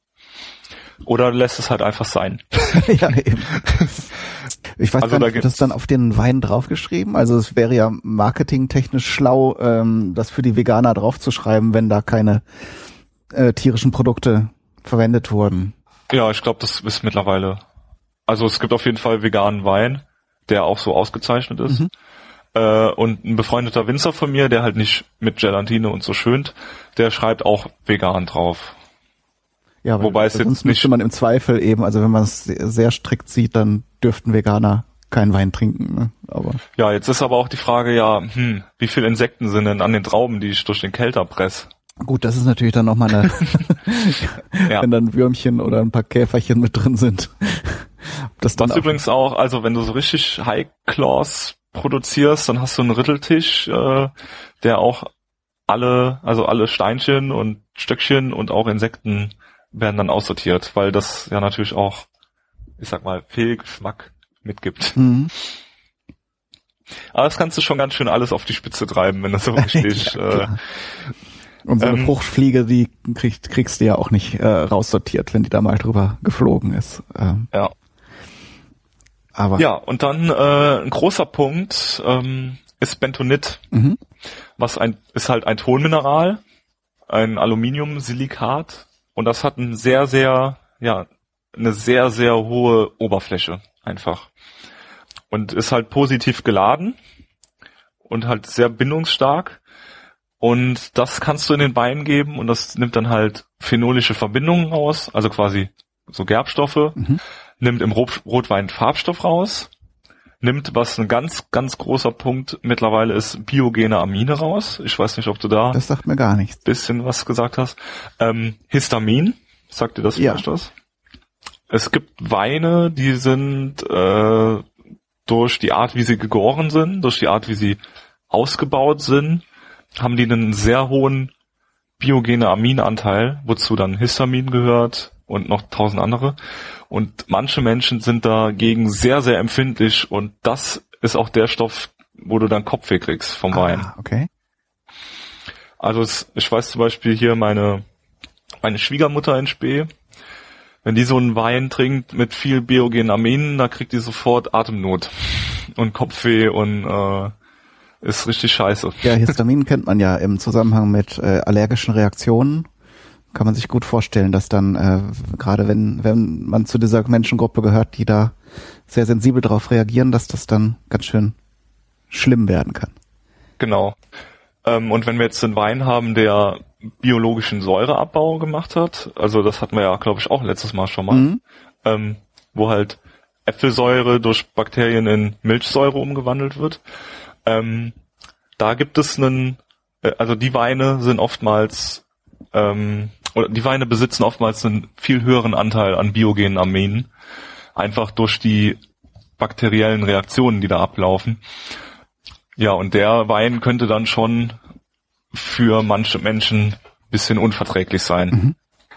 Speaker 2: Oder lässt es halt einfach sein.
Speaker 1: Ja, eben. Ich weiß
Speaker 2: Also
Speaker 1: gar
Speaker 2: da
Speaker 1: nicht, wird das dann auf den Wein draufgeschrieben? Also es wäre ja marketingtechnisch schlau, ähm, das für die Veganer draufzuschreiben, wenn da keine äh, tierischen Produkte verwendet wurden.
Speaker 2: Ja, ich glaube, das ist mittlerweile. Also es gibt auf jeden Fall veganen Wein, der auch so ausgezeichnet ist. Mhm. Äh, und ein befreundeter Winzer von mir, der halt nicht mit Gelatine und so schönt, der schreibt auch vegan drauf.
Speaker 1: Ja,
Speaker 2: wobei es jetzt
Speaker 1: sonst
Speaker 2: nicht,
Speaker 1: müsste man im Zweifel eben, also wenn man es sehr strikt sieht, dann dürften Veganer keinen Wein trinken. Ne? Aber
Speaker 2: ja, jetzt ist aber auch die Frage, ja, hm, wie viele Insekten sind denn an den Trauben, die ich durch den Kelter presse?
Speaker 1: Gut, das ist natürlich dann nochmal eine, ja. Wenn dann Würmchen oder ein paar Käferchen mit drin sind. Das dann
Speaker 2: Was übrigens auch, also wenn du so richtig High Class produzierst, dann hast du einen Ritteltisch, äh, der auch alle, also alle Steinchen und Stöckchen und auch Insekten werden dann aussortiert, weil das ja natürlich auch, ich sag mal, Fehlgeschmack mitgibt.
Speaker 1: Mhm.
Speaker 2: Aber das kannst du schon ganz schön alles auf die Spitze treiben, wenn das so richtig...
Speaker 1: ja,
Speaker 2: äh,
Speaker 1: und so eine
Speaker 2: ähm,
Speaker 1: Fruchtfliege, die kriegst, kriegst du ja auch nicht äh, raussortiert, wenn die da mal drüber geflogen ist. Ähm,
Speaker 2: ja.
Speaker 1: Aber
Speaker 2: ja, und dann äh, ein großer Punkt ähm, ist Bentonit,
Speaker 1: mhm.
Speaker 2: was ein ist halt ein Tonmineral, ein Aluminiumsilikat. Und das hat ein sehr, sehr, ja, eine sehr, sehr hohe Oberfläche einfach. Und ist halt positiv geladen und halt sehr bindungsstark. Und das kannst du in den Wein geben und das nimmt dann halt phenolische Verbindungen raus, also quasi so Gerbstoffe,
Speaker 1: mhm.
Speaker 2: nimmt im Rot- Rotwein Farbstoff raus, nimmt, was ein ganz, ganz großer Punkt mittlerweile ist, biogene Amine raus. Ich weiß nicht, ob du da
Speaker 1: das sagt mir gar nichts.
Speaker 2: Bisschen was gesagt hast. Ähm, Histamin, sagt dir das vielleicht
Speaker 1: ja.
Speaker 2: was? Es gibt Weine, die sind äh, durch die Art, wie sie gegoren sind, durch die Art, wie sie ausgebaut sind, haben die einen sehr hohen biogene Aminanteil, wozu dann Histamin gehört und noch tausend andere. Und manche Menschen sind dagegen sehr, sehr empfindlich und das ist auch der Stoff, wo du dann Kopfweh kriegst vom Wein.
Speaker 1: Ah, okay.
Speaker 2: Also es, ich weiß zum Beispiel hier meine meine Schwiegermutter in Spee, wenn die so einen Wein trinkt mit viel biogenen Aminen, da kriegt die sofort Atemnot und Kopfweh und äh, ist richtig scheiße.
Speaker 1: Ja, Histamin kennt man ja im Zusammenhang mit äh, allergischen Reaktionen. Kann man sich gut vorstellen, dass dann, äh, gerade wenn wenn man zu dieser Menschengruppe gehört, die da sehr sensibel darauf reagieren, dass das dann ganz schön schlimm werden kann.
Speaker 2: Genau. Ähm, und wenn wir jetzt einen Wein haben, der biologischen Säureabbau gemacht hat, also das hatten wir ja, glaube ich, auch letztes Mal schon mal,
Speaker 1: mhm.
Speaker 2: ähm, wo halt Äpfelsäure durch Bakterien in Milchsäure umgewandelt wird, ähm, da gibt es einen, äh, also die Weine sind oftmals, ähm, oder die Weine besitzen oftmals einen viel höheren Anteil an biogenen Aminen, einfach durch die bakteriellen Reaktionen, die da ablaufen. Ja, und der Wein könnte dann schon für manche Menschen ein bisschen unverträglich sein.
Speaker 1: Mhm.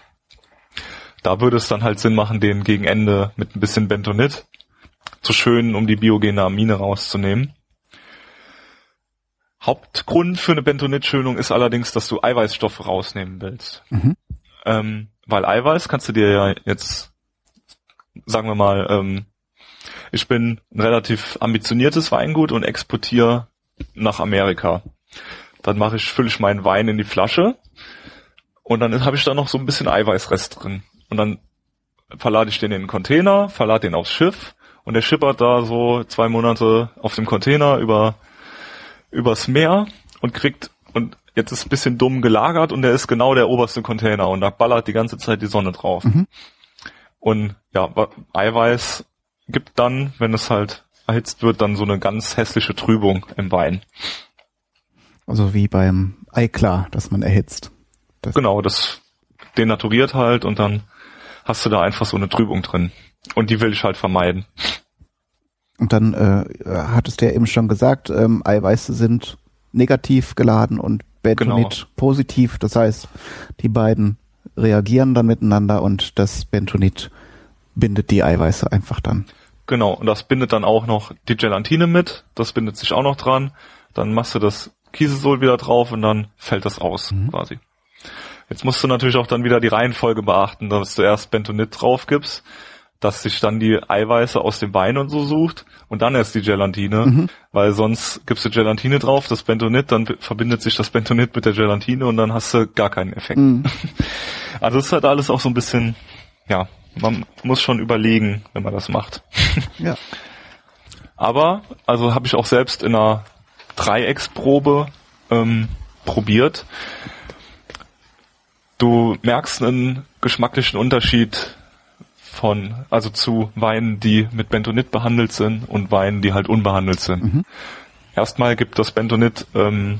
Speaker 2: Da würde es dann halt Sinn machen, den gegen Ende mit ein bisschen Bentonit zu schönen, um die biogene Amine rauszunehmen. Hauptgrund für eine Bentonitschönung ist allerdings, dass du Eiweißstoffe rausnehmen willst. Mhm. Ähm, weil Eiweiß kannst du dir ja jetzt, sagen wir mal, ähm, ich bin ein relativ ambitioniertes Weingut und exportiere nach Amerika. Dann mache ich, fülle ich meinen Wein in die Flasche und dann habe ich da noch so ein bisschen Eiweißrest drin. Und dann verlade ich den in den Container, verlade den aufs Schiff und der schippert da so zwei Monate auf dem Container über übers Meer und kriegt, und jetzt ist ein bisschen dumm gelagert und der ist genau der oberste Container und da ballert die ganze Zeit die Sonne drauf. Mhm. Und ja, Eiweiß gibt dann, wenn es halt erhitzt wird, dann so eine ganz hässliche Trübung im Wein.
Speaker 1: Also wie beim Eiklar, das man erhitzt.
Speaker 2: Das genau, das denaturiert halt und dann hast du da einfach so eine Trübung drin. Und die will ich halt vermeiden.
Speaker 1: Und dann äh, hattest du ja eben schon gesagt, ähm, Eiweiße sind negativ geladen und Bentonit genau. positiv. Das heißt, die beiden reagieren dann miteinander und das Bentonit bindet die Eiweiße einfach dann.
Speaker 2: Genau, und das bindet dann auch noch die Gelatine mit. Das bindet sich auch noch dran. Dann machst du das Kieselsohl wieder drauf und dann fällt das aus mhm. quasi. Jetzt musst du natürlich auch dann wieder die Reihenfolge beachten, dass du erst Bentonit drauf gibst, dass sich dann die Eiweiße aus dem Wein und so sucht und dann erst die Gelatine, mhm. weil sonst gibst du Gelatine drauf, das Bentonit, dann verbindet sich das Bentonit mit der Gelatine und dann hast du gar keinen Effekt. Mhm. Also das ist halt alles auch so ein bisschen, ja, man muss schon überlegen, wenn man das macht.
Speaker 1: Ja.
Speaker 2: Aber, also habe ich auch selbst in einer Dreiecksprobe ähm, probiert. Du merkst einen geschmacklichen Unterschied von, also zu Weinen, die mit Bentonit behandelt sind und Weinen, die halt unbehandelt sind. Mhm. Erstmal gibt das Bentonit, ähm,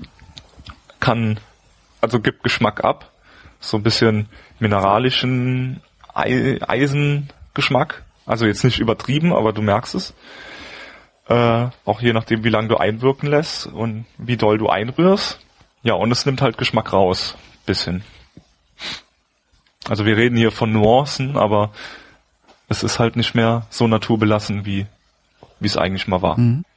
Speaker 2: kann, also gibt Geschmack ab, so ein bisschen mineralischen Ei- Eisengeschmack, also jetzt nicht übertrieben, aber du merkst es. Äh, auch je nachdem, wie lange du einwirken lässt und wie doll du einrührst. Ja, und es nimmt halt Geschmack raus, bisschen. Also wir reden hier von Nuancen, aber es ist halt nicht mehr so naturbelassen, wie wie es eigentlich mal war.
Speaker 1: Mhm.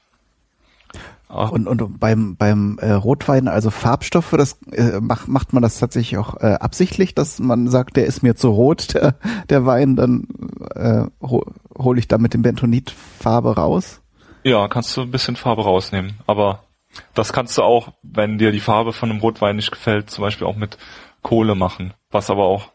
Speaker 1: Und, und beim beim äh, Rotwein, also Farbstoffe, das äh, macht macht man das tatsächlich auch äh, absichtlich, dass man sagt, der ist mir zu rot, der, der Wein, dann äh, ho, hole ich da mit dem Bentonit Farbe raus?
Speaker 2: Ja, kannst du ein bisschen Farbe rausnehmen, aber das kannst du auch, wenn dir die Farbe von einem Rotwein nicht gefällt, zum Beispiel auch mit Kohle machen, was aber auch,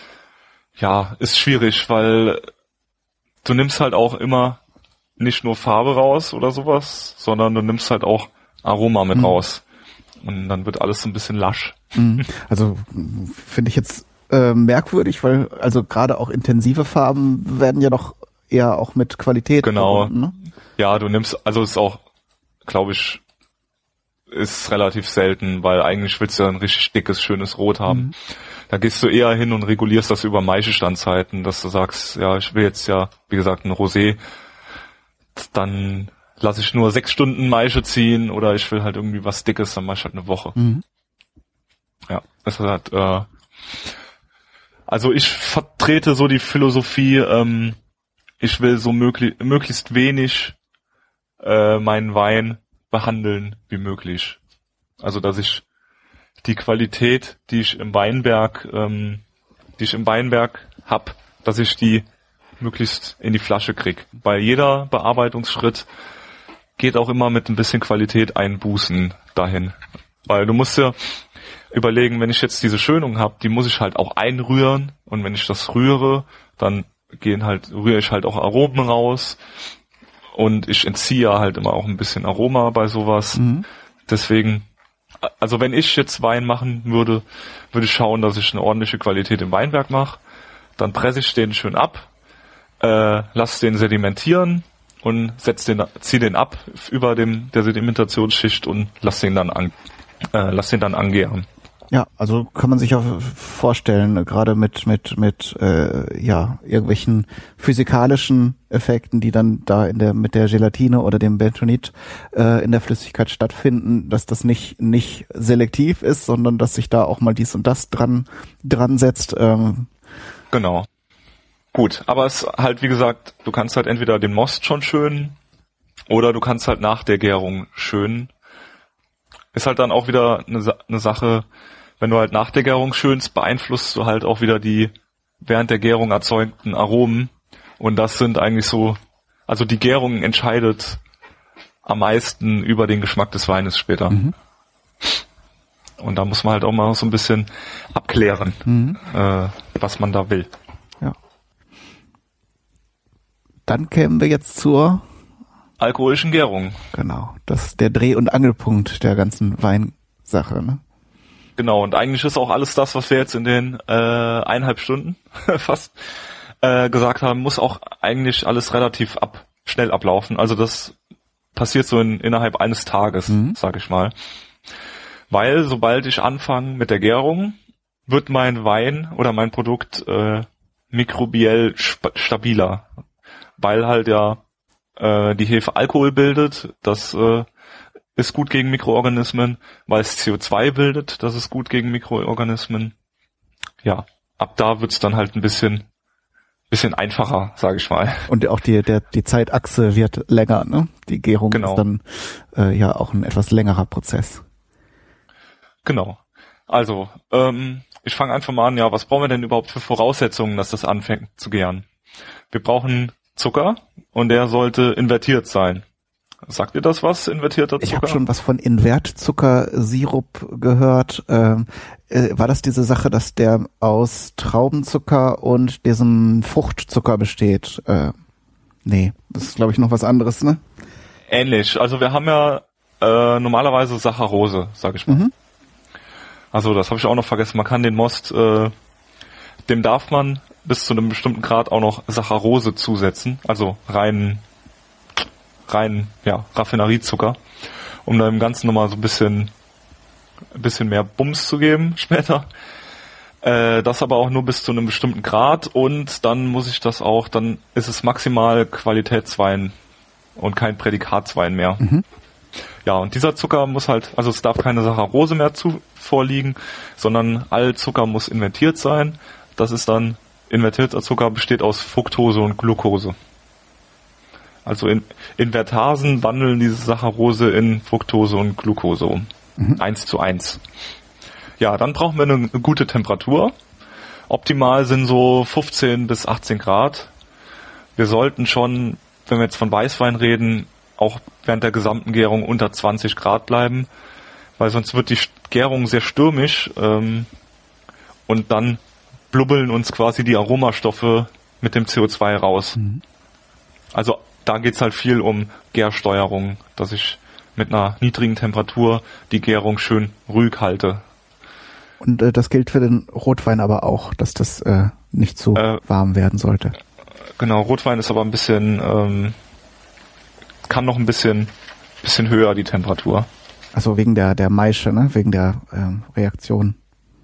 Speaker 2: ja, ist schwierig, weil du nimmst halt auch immer nicht nur Farbe raus oder sowas, sondern du nimmst halt auch Aroma mit mhm. raus. Und dann wird alles so ein bisschen lasch.
Speaker 1: Mhm. Also finde ich jetzt äh, merkwürdig, weil also gerade auch intensive Farben werden ja doch eher auch mit Qualität
Speaker 2: genau.
Speaker 1: verbunden, ne?
Speaker 2: Ja, du nimmst, also ist auch, glaube ich, ist relativ selten, weil eigentlich willst du ja ein richtig dickes, schönes Rot haben. Mhm. Da gehst du eher hin und regulierst das über Maischestandzeiten, dass du sagst, ja, ich will jetzt ja, wie gesagt, ein Rosé, dann lasse ich nur sechs Stunden Maische ziehen oder ich will halt irgendwie was Dickes, dann mach ich halt eine Woche. Mhm. Ja, das ist halt, äh, also ich vertrete so die Philosophie, ähm, ich will so möglich, möglichst wenig äh, meinen Wein behandeln wie möglich. Also dass ich die Qualität, die ich im Weinberg, ähm, die ich im Weinberg hab, dass ich die möglichst in die Flasche krieg. Bei jeder Bearbeitungsschritt geht auch immer mit ein bisschen Qualität einbußen dahin. Weil du musst ja überlegen, wenn ich jetzt diese Schönung hab, die muss ich halt auch einrühren und wenn ich das rühre, dann gehen halt, rühre ich halt auch Aromen raus und ich entziehe halt immer auch ein bisschen Aroma bei sowas. Mhm. Deswegen, also wenn ich jetzt Wein machen würde, würde ich schauen, dass ich eine ordentliche Qualität im Weinberg mache. Dann presse ich den schön ab, äh, lass den sedimentieren und setz den, zieh den ab über dem der Sedimentationsschicht und lass den dann an, äh, lass den dann angären.
Speaker 1: Ja, also kann man sich auch vorstellen, gerade mit mit mit äh, ja irgendwelchen physikalischen Effekten, die dann da in der mit der Gelatine oder dem Bentonit äh, in der Flüssigkeit stattfinden, dass das nicht nicht selektiv ist, sondern dass sich da auch mal dies und das dran dran setzt. Ähm.
Speaker 2: Genau. Gut, aber es halt wie gesagt, du kannst halt entweder den Most schon schön oder du kannst halt nach der Gärung schön. ist halt dann auch wieder eine, Sa- eine Sache, wenn du halt nach der Gärung schönst, beeinflusst du halt auch wieder die während der Gärung erzeugten Aromen. Und das sind eigentlich so, also die Gärung entscheidet am meisten über den Geschmack des Weines später. Mhm. Und da muss man halt auch mal so ein bisschen abklären, mhm. äh, was man da will.
Speaker 1: Ja. Dann kämen wir jetzt zur
Speaker 2: alkoholischen Gärung.
Speaker 1: Genau, das ist der Dreh- und Angelpunkt der ganzen Weinsache, ne?
Speaker 2: Genau, und eigentlich ist auch alles das, was wir jetzt in den äh, eineinhalb Stunden fast äh, gesagt haben, muss auch eigentlich alles relativ ab schnell ablaufen. Also das passiert so in, innerhalb eines Tages, mhm. sag ich mal. Weil sobald ich anfange mit der Gärung, wird mein Wein oder mein Produkt äh, mikrobiell sp- stabiler. Weil halt ja äh, die Hefe Alkohol bildet, das äh, ist gut gegen Mikroorganismen, weil es C O zwei bildet, das ist gut gegen Mikroorganismen. Ja, ab da wird's dann halt ein bisschen bisschen einfacher, sage ich mal.
Speaker 1: Und auch die der die Zeitachse wird länger, ne? Die Gärung genau. ist dann äh, ja auch ein etwas längerer Prozess.
Speaker 2: Genau. Also, ähm, ich fange einfach mal an, ja, was brauchen wir denn überhaupt für Voraussetzungen, dass das anfängt zu gären? Wir brauchen Zucker und der sollte invertiert sein. Sagt ihr das was, invertierter Zucker?
Speaker 1: Ich habe schon was von Invertzuckersirup gehört. Ähm, äh, war das diese Sache, dass der aus Traubenzucker und diesem Fruchtzucker besteht? Äh, nee, das ist glaube ich noch was anderes, ne?
Speaker 2: Ähnlich. Also wir haben ja äh, normalerweise Saccharose, sag ich mal. Mhm. Also das habe ich auch noch vergessen. Man kann den Most, äh, dem darf man bis zu einem bestimmten Grad auch noch Saccharose zusetzen, also rein rein, ja, Raffineriezucker, um da im Ganzen nochmal so ein bisschen, ein bisschen mehr Bums zu geben später. Äh, das aber auch nur bis zu einem bestimmten Grad und dann muss ich das auch, dann ist es maximal Qualitätswein und kein Prädikatswein mehr. Mhm. Ja, und dieser Zucker muss halt, also es darf keine Saccharose mehr zu, vorliegen, sondern all Zucker muss invertiert sein. Das ist dann, invertierter Zucker besteht aus Fructose und Glucose. Also in Invertasen wandeln diese Saccharose in Fructose und Glucose um. Mhm. Eins zu eins. Ja, dann brauchen wir eine, eine gute Temperatur. Optimal sind so fünfzehn bis achtzehn Grad. Wir sollten schon, wenn wir jetzt von Weißwein reden, auch während der gesamten Gärung unter zwanzig Grad bleiben, weil sonst wird die Gärung sehr stürmisch ähm, und dann blubbeln uns quasi die Aromastoffe mit dem C O zwei raus. Mhm. Also da geht's halt viel um Gärsteuerung, dass ich mit einer niedrigen Temperatur die Gärung schön ruhig halte.
Speaker 1: Und äh, das gilt für den Rotwein aber auch, dass das äh, nicht zu äh, warm werden sollte.
Speaker 2: Genau, Rotwein ist aber ein bisschen, ähm, kann noch ein bisschen, bisschen höher die Temperatur.
Speaker 1: Also wegen der der Maische, ne? Wegen der ähm, Reaktion.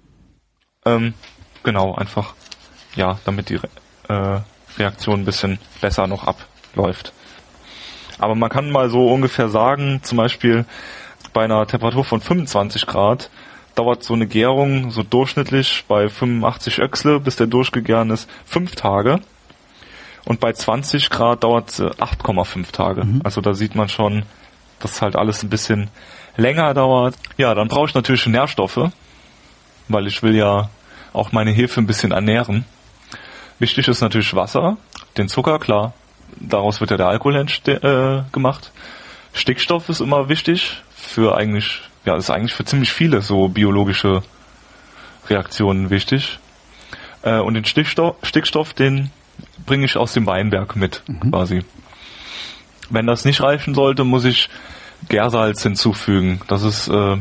Speaker 2: Ähm, genau, einfach, ja, damit die äh, Reaktion ein bisschen besser noch abläuft. Aber man kann mal so ungefähr sagen, zum Beispiel bei einer Temperatur von fünfundzwanzig Grad dauert so eine Gärung so durchschnittlich bei fünfundachtzig Öchsle, bis der durchgegärt ist, fünf Tage. Und bei zwanzig Grad dauert es acht Komma fünf Tage. Mhm. Also da sieht man schon, dass halt alles ein bisschen länger dauert. Ja, dann brauche ich natürlich Nährstoffe, weil ich will ja auch meine Hefe ein bisschen ernähren. Wichtig ist natürlich Wasser, den Zucker, klar. Daraus wird ja der Alkohol entste- äh, gemacht. Stickstoff ist immer wichtig für eigentlich, ja, ist eigentlich für ziemlich viele so biologische Reaktionen wichtig. Äh, und den Stickstoff, Stickstoff, den bringe ich aus dem Weinberg mit, mhm. quasi. Wenn das nicht reichen sollte, muss ich Gärsalz hinzufügen. Das ist äh,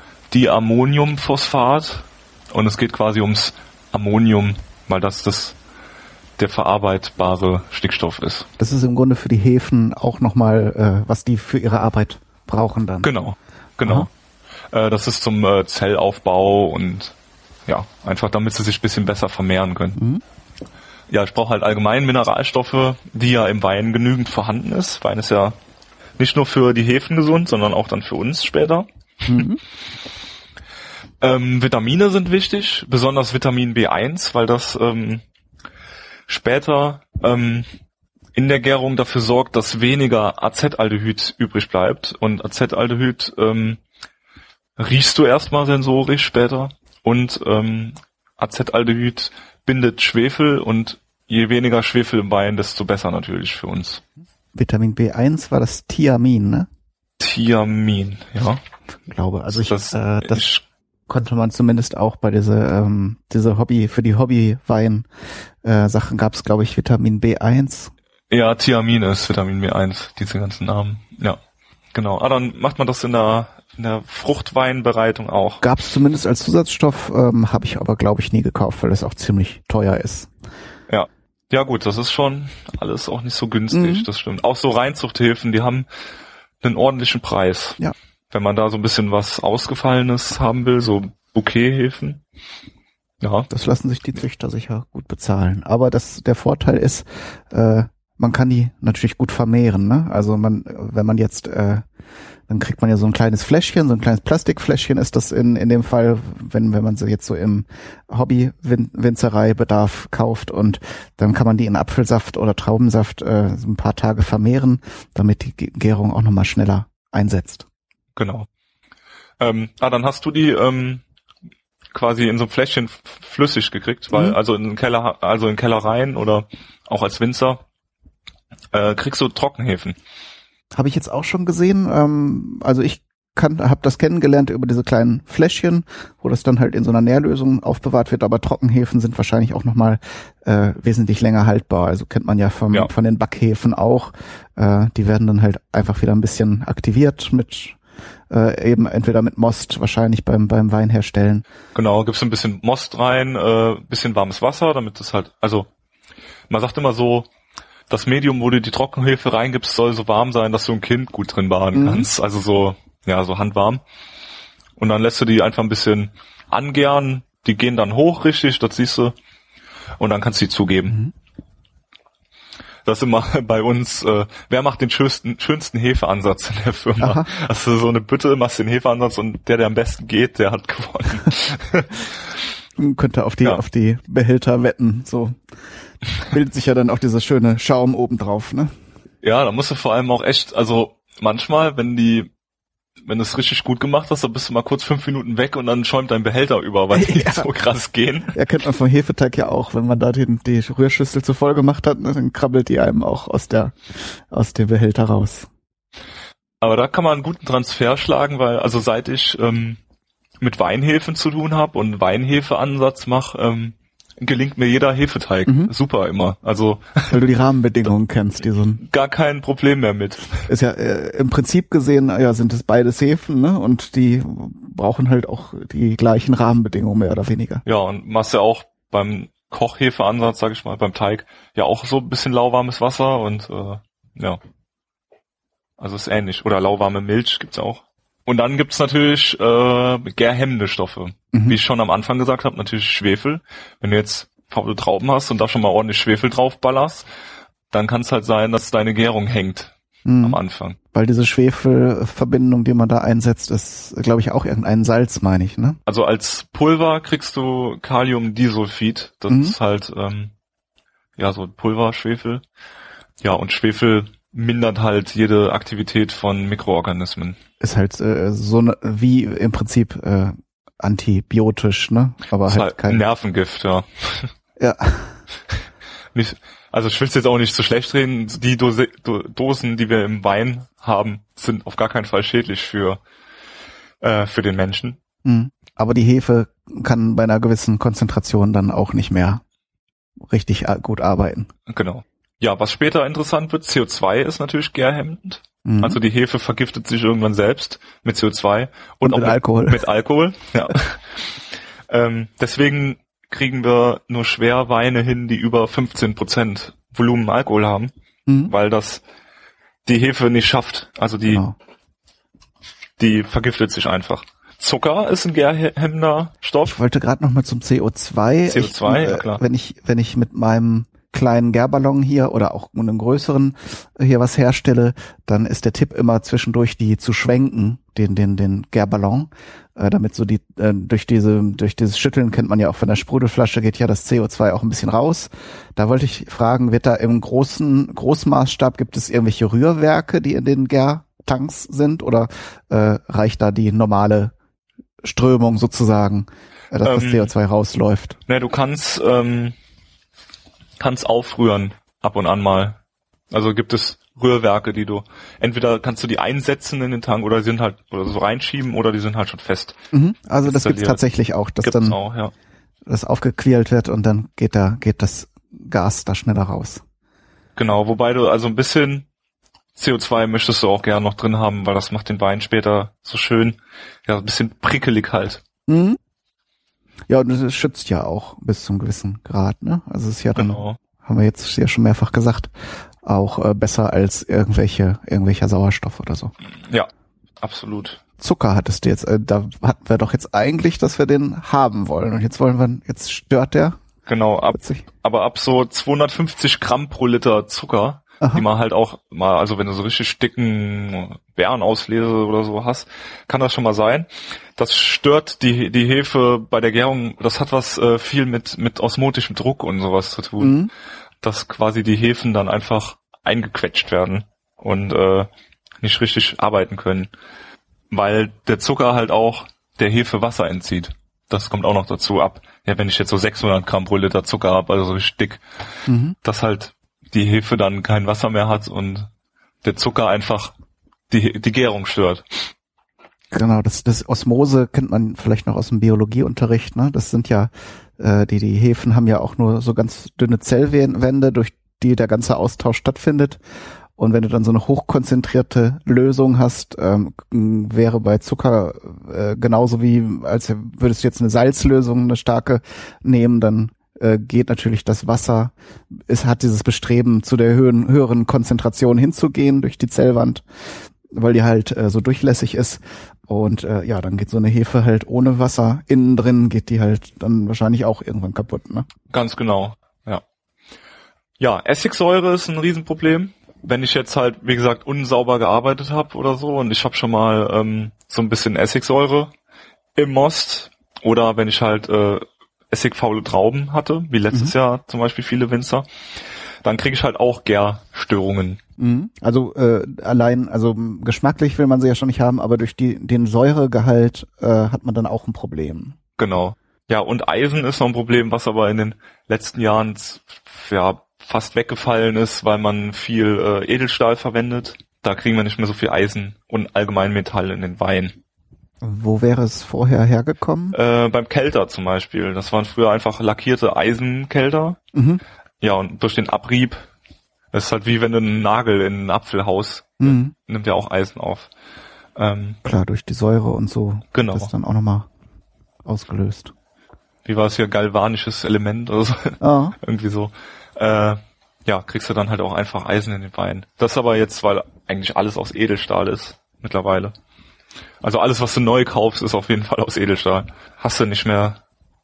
Speaker 2: Diammoniumphosphat und es geht quasi ums Ammonium, weil das das der verarbeitbare Stickstoff ist.
Speaker 1: Das ist im Grunde für die Hefen auch nochmal, äh, was die für ihre Arbeit brauchen dann.
Speaker 2: Genau, genau. Äh, das ist zum äh, Zellaufbau und ja, einfach damit sie sich ein bisschen besser vermehren können. Mhm. Ja, ich brauche halt allgemein Mineralstoffe, die ja im Wein genügend vorhanden ist. Wein ist ja nicht nur für die Hefen gesund, sondern auch dann für uns später. Mhm. ähm, Vitamine sind wichtig, besonders Vitamin B eins, weil das ähm, später ähm, in der Gärung dafür sorgt, dass weniger Acetaldehyd übrig bleibt. Und Acetaldehyd ähm, riechst du erstmal sensorisch später. Und ähm, Acetaldehyd bindet Schwefel und je weniger Schwefel im Wein, desto besser natürlich für uns.
Speaker 1: Vitamin B eins war das Thiamin, ne?
Speaker 2: Thiamin, ja.
Speaker 1: Ich glaube, also ich,
Speaker 2: das,
Speaker 1: äh, das
Speaker 2: ich,
Speaker 1: konnte man zumindest auch bei diese ähm, diese Hobby für die Hobbywein äh, Sachen gab es, glaube ich, Vitamin B eins.
Speaker 2: Ja, Thiamin ist Vitamin B eins, diese ganzen Namen. Ja, genau. Ah, dann macht man das in der in der Fruchtweinbereitung auch.
Speaker 1: Gab es zumindest als Zusatzstoff, ähm, habe ich aber, glaube ich, nie gekauft, weil es auch ziemlich teuer ist.
Speaker 2: Ja. Ja gut, das ist schon alles auch nicht so günstig, mhm. Das stimmt. Auch so Reinzuchthilfen, die haben einen ordentlichen Preis.
Speaker 1: Ja.
Speaker 2: Wenn man da so ein bisschen was Ausgefallenes haben will, so Bouquethilfen. Ja.
Speaker 1: Das lassen sich die Züchter sicher gut bezahlen. Aber das der Vorteil ist, äh, man kann die natürlich gut vermehren, ne? Also man, wenn man jetzt, äh, dann kriegt man ja so ein kleines Fläschchen, so ein kleines Plastikfläschchen ist das in in dem Fall, wenn wenn man sie jetzt so im Hobby-Winzerei-Bedarf kauft und dann kann man die in Apfelsaft oder Traubensaft äh, so ein paar Tage vermehren, damit die Gärung auch nochmal schneller einsetzt.
Speaker 2: Genau. Ähm, ah, dann hast du die ähm, quasi in so ein Fläschchen flüssig gekriegt, weil mhm. also in den Keller, also in Kellereien oder auch als Winzer äh, kriegst du Trockenhefen.
Speaker 1: Habe ich jetzt auch schon gesehen. Ähm, also ich kann, habe das kennengelernt über diese kleinen Fläschchen, wo das dann halt in so einer Nährlösung aufbewahrt wird. Aber Trockenhefen sind wahrscheinlich auch nochmal äh, wesentlich länger haltbar. Also kennt man ja, vom, ja. von den Backhefen auch. Äh, die werden dann halt einfach wieder ein bisschen aktiviert mit äh, eben entweder mit Most, wahrscheinlich beim beim Weinherstellen.
Speaker 2: Genau, gibst ein bisschen Most rein, äh, bisschen warmes Wasser, damit das halt, also man sagt immer so, das Medium, wo du die Trockenhefe reingibst, soll so warm sein, dass du ein Kind gut drin baden mhm. kannst. Also so, ja, so handwarm. Und dann lässt du die einfach ein bisschen angären. Die gehen dann hoch, richtig, das siehst du. Und dann kannst du die zugeben. Mhm. Das ist immer bei uns, äh, wer macht den schönsten, schönsten Hefeansatz in der Firma? Aha. Also so eine Bütte, machst den Hefeansatz und der, der am besten geht, der hat gewonnen.
Speaker 1: Könnte auf die, ja. auf die Behälter wetten, so. Bildet sich ja dann auch dieser schöne Schaum obendrauf, ne?
Speaker 2: Ja, da musst du vor allem auch echt, also manchmal, wenn die, wenn du es richtig gut gemacht hast, dann bist du mal kurz fünf Minuten weg und dann schäumt dein Behälter über, weil die ja. so krass gehen.
Speaker 1: Ja, kennt man vom Hefeteig ja auch, wenn man da den, die Rührschüssel zu voll gemacht hat, ne, dann krabbelt die einem auch aus der, aus dem Behälter raus.
Speaker 2: Aber da kann man einen guten Transfer schlagen, weil, also seit ich ähm, mit Weinhefen zu tun habe und Weinhefeansatz mache, ähm, gelingt mir jeder Hefeteig. Mhm. Super immer. Also
Speaker 1: weil du die Rahmenbedingungen kennst, die so ein
Speaker 2: gar kein Problem mehr mit.
Speaker 1: Ist ja äh, im Prinzip gesehen, ja, sind es beides Hefen, ne? Und die brauchen halt auch die gleichen Rahmenbedingungen mehr oder weniger.
Speaker 2: Ja, und machst ja auch beim Kochhefeansatz, sag ich mal, beim Teig ja auch so ein bisschen lauwarmes Wasser und äh, ja. Also ist ähnlich. Oder lauwarme Milch gibt's auch. Und dann gibt's natürlich äh, gärhemmende Stoffe. Mhm. Wie ich schon am Anfang gesagt habe, natürlich Schwefel. Wenn du jetzt faule Trauben hast und da schon mal ordentlich Schwefel drauf ballerst, dann kann es halt sein, dass deine Gärung hängt mhm. am Anfang.
Speaker 1: Weil diese Schwefelverbindung, die man da einsetzt, ist, glaube ich, auch irgendein Salz, meine ich, ne?
Speaker 2: Also als Pulver kriegst du Kaliumdisulfid. Das mhm. ist halt ähm, ja so Pulverschwefel. Ja, und Schwefel mindert halt jede Aktivität von Mikroorganismen.
Speaker 1: Ist halt äh, so ne, wie im Prinzip äh, antibiotisch, ne? Aber halt, halt kein
Speaker 2: Nervengift, ja.
Speaker 1: Ja.
Speaker 2: Nicht, also ich will es jetzt auch nicht so schlecht reden. Die Dose, Do, Dosen, die wir im Wein haben, sind auf gar keinen Fall schädlich für äh, für den Menschen.
Speaker 1: Mhm. Aber die Hefe kann bei einer gewissen Konzentration dann auch nicht mehr richtig gut arbeiten.
Speaker 2: Genau. Ja, was später interessant wird, C O zwei ist natürlich gärhemmend. Mhm. Also die Hefe vergiftet sich irgendwann selbst mit C O zwei und, und auch
Speaker 1: mit, mit Alkohol.
Speaker 2: Mit Alkohol, ja. ähm, deswegen kriegen wir nur schwer Weine hin, die über fünfzehn Prozent Volumen Alkohol haben, mhm. weil das die Hefe nicht schafft. Also die, genau. die vergiftet sich einfach. Zucker ist ein gärhemmender Stoff.
Speaker 1: Ich wollte gerade noch mal zum C O zwei.
Speaker 2: C O zwei,
Speaker 1: ich,
Speaker 2: ja klar.
Speaker 1: Wenn ich, wenn ich mit meinem kleinen Gärballon hier oder auch einem größeren hier was herstelle, dann ist der Tipp immer zwischendurch die zu schwenken, den den den Gärballon, äh, damit so die äh, durch diese durch dieses Schütteln kennt man ja auch von der Sprudelflasche geht ja das C O zwei auch ein bisschen raus. Da wollte ich fragen, wird da im großen Großmaßstab gibt es irgendwelche Rührwerke, die in den Gärtanks sind oder äh, reicht da die normale Strömung sozusagen, äh, dass ähm, das C O zwei rausläuft.
Speaker 2: Ne, du kannst ähm, kannst aufrühren ab und an mal. Also gibt es Rührwerke, die du, entweder kannst du die einsetzen in den Tank oder die sind halt, oder so reinschieben oder die sind halt schon fest.
Speaker 1: Mhm, also das gibt's tatsächlich auch, dass
Speaker 2: gibt's
Speaker 1: dann
Speaker 2: auch, ja.
Speaker 1: das aufgequält wird und dann geht da, geht das Gas da schneller raus.
Speaker 2: Genau, wobei du also ein bisschen C O zwei möchtest du auch gerne noch drin haben, weil das macht den Wein später so schön, ja, ein bisschen prickelig halt.
Speaker 1: Mhm. Ja, und es schützt ja auch bis zum gewissen Grad, ne? Also es ist ja dann, genau. Haben wir jetzt ja schon mehrfach gesagt, auch äh, besser als irgendwelche irgendwelcher Sauerstoff oder so.
Speaker 2: Ja, absolut.
Speaker 1: Zucker hattest du jetzt, äh, da hatten wir doch jetzt eigentlich, dass wir den haben wollen und jetzt wollen wir, jetzt stört der.
Speaker 2: Genau, ab, aber ab so zweihundertfünfzig Gramm pro Liter Zucker, aha, die man halt auch mal, also wenn du so richtig dicken Beerenauslese oder so hast, kann das schon mal sein. Das stört die die Hefe bei der Gärung, das hat was äh, viel mit mit osmotischem Druck und sowas zu tun. Mhm. Dass quasi die Hefen dann einfach eingequetscht werden und äh, nicht richtig arbeiten können. Weil der Zucker halt auch der Hefe Wasser entzieht. Das kommt auch noch dazu ab. Ja, wenn ich jetzt so sechshundert Gramm pro Liter Zucker habe, also so richtig dick, mhm, dass halt die Hefe dann kein Wasser mehr hat und der Zucker einfach die die Gärung stört.
Speaker 1: Genau, das, das Osmose kennt man vielleicht noch aus dem Biologieunterricht, ne? Das sind ja, äh, die, die Hefen haben ja auch nur so ganz dünne Zellwände, durch die der ganze Austausch stattfindet. Und wenn du dann so eine hochkonzentrierte Lösung hast, ähm, wäre bei Zucker äh, genauso wie, als würdest du jetzt eine Salzlösung, eine starke nehmen, dann äh, geht natürlich das Wasser, es hat dieses Bestreben, zu der höheren, höheren Konzentration hinzugehen durch die Zellwand, weil die halt äh, so durchlässig ist. Und äh, ja, dann geht so eine Hefe halt ohne Wasser innen drin, geht die halt dann wahrscheinlich auch irgendwann kaputt, ne?
Speaker 2: Ganz genau, ja. Ja, Essigsäure ist ein Riesenproblem. Wenn ich jetzt halt, wie gesagt, unsauber gearbeitet habe oder so und ich habe schon mal ähm, so ein bisschen Essigsäure im Most oder wenn ich halt äh, essigfaule Trauben hatte, wie letztes mhm. Jahr zum Beispiel viele Winzer, dann kriege ich halt auch Gärstörungen.
Speaker 1: Mhm. Also äh, allein, also geschmacklich will man sie ja schon nicht haben, aber durch die den Säuregehalt äh, hat man dann auch ein Problem.
Speaker 2: Genau. Ja, und Eisen ist noch ein Problem, was aber in den letzten Jahren ja fast weggefallen ist, weil man viel äh, Edelstahl verwendet. Da kriegen wir nicht mehr so viel Eisen und allgemein Metall in den Wein.
Speaker 1: Wo wäre es vorher hergekommen?
Speaker 2: Äh, beim Kelter zum Beispiel. Das waren früher einfach lackierte Eisenkelter. Mhm. Ja, und durch den Abrieb, das ist halt wie wenn du einen Nagel in ein Apfelhaus, mhm. nimmt ja auch Eisen auf. Ähm,
Speaker 1: Klar, durch die Säure und so.
Speaker 2: Genau.
Speaker 1: Das ist dann auch nochmal ausgelöst.
Speaker 2: Wie war es hier, galvanisches Element oder so? Ah. Irgendwie so. Äh, ja, kriegst du dann halt auch einfach Eisen in den Wein. Das aber jetzt, weil eigentlich alles aus Edelstahl ist mittlerweile. Also alles, was du neu kaufst, ist auf jeden Fall aus Edelstahl. Hast du nicht mehr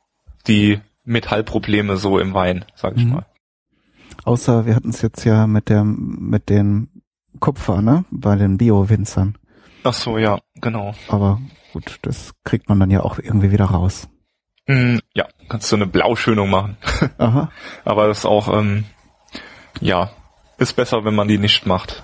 Speaker 2: die Metallprobleme so im Wein, sag ich mhm. mal.
Speaker 1: Außer wir hatten es jetzt ja mit dem mit dem Kupfer, ne? Bei den Bio-Winzern.
Speaker 2: Ach so, ja, genau.
Speaker 1: Aber gut, das kriegt man dann ja auch irgendwie wieder raus.
Speaker 2: Mm, ja, kannst du eine Blauschönung machen. Aha. Aber das ist auch, ähm, ja, ist besser, wenn man die nicht macht.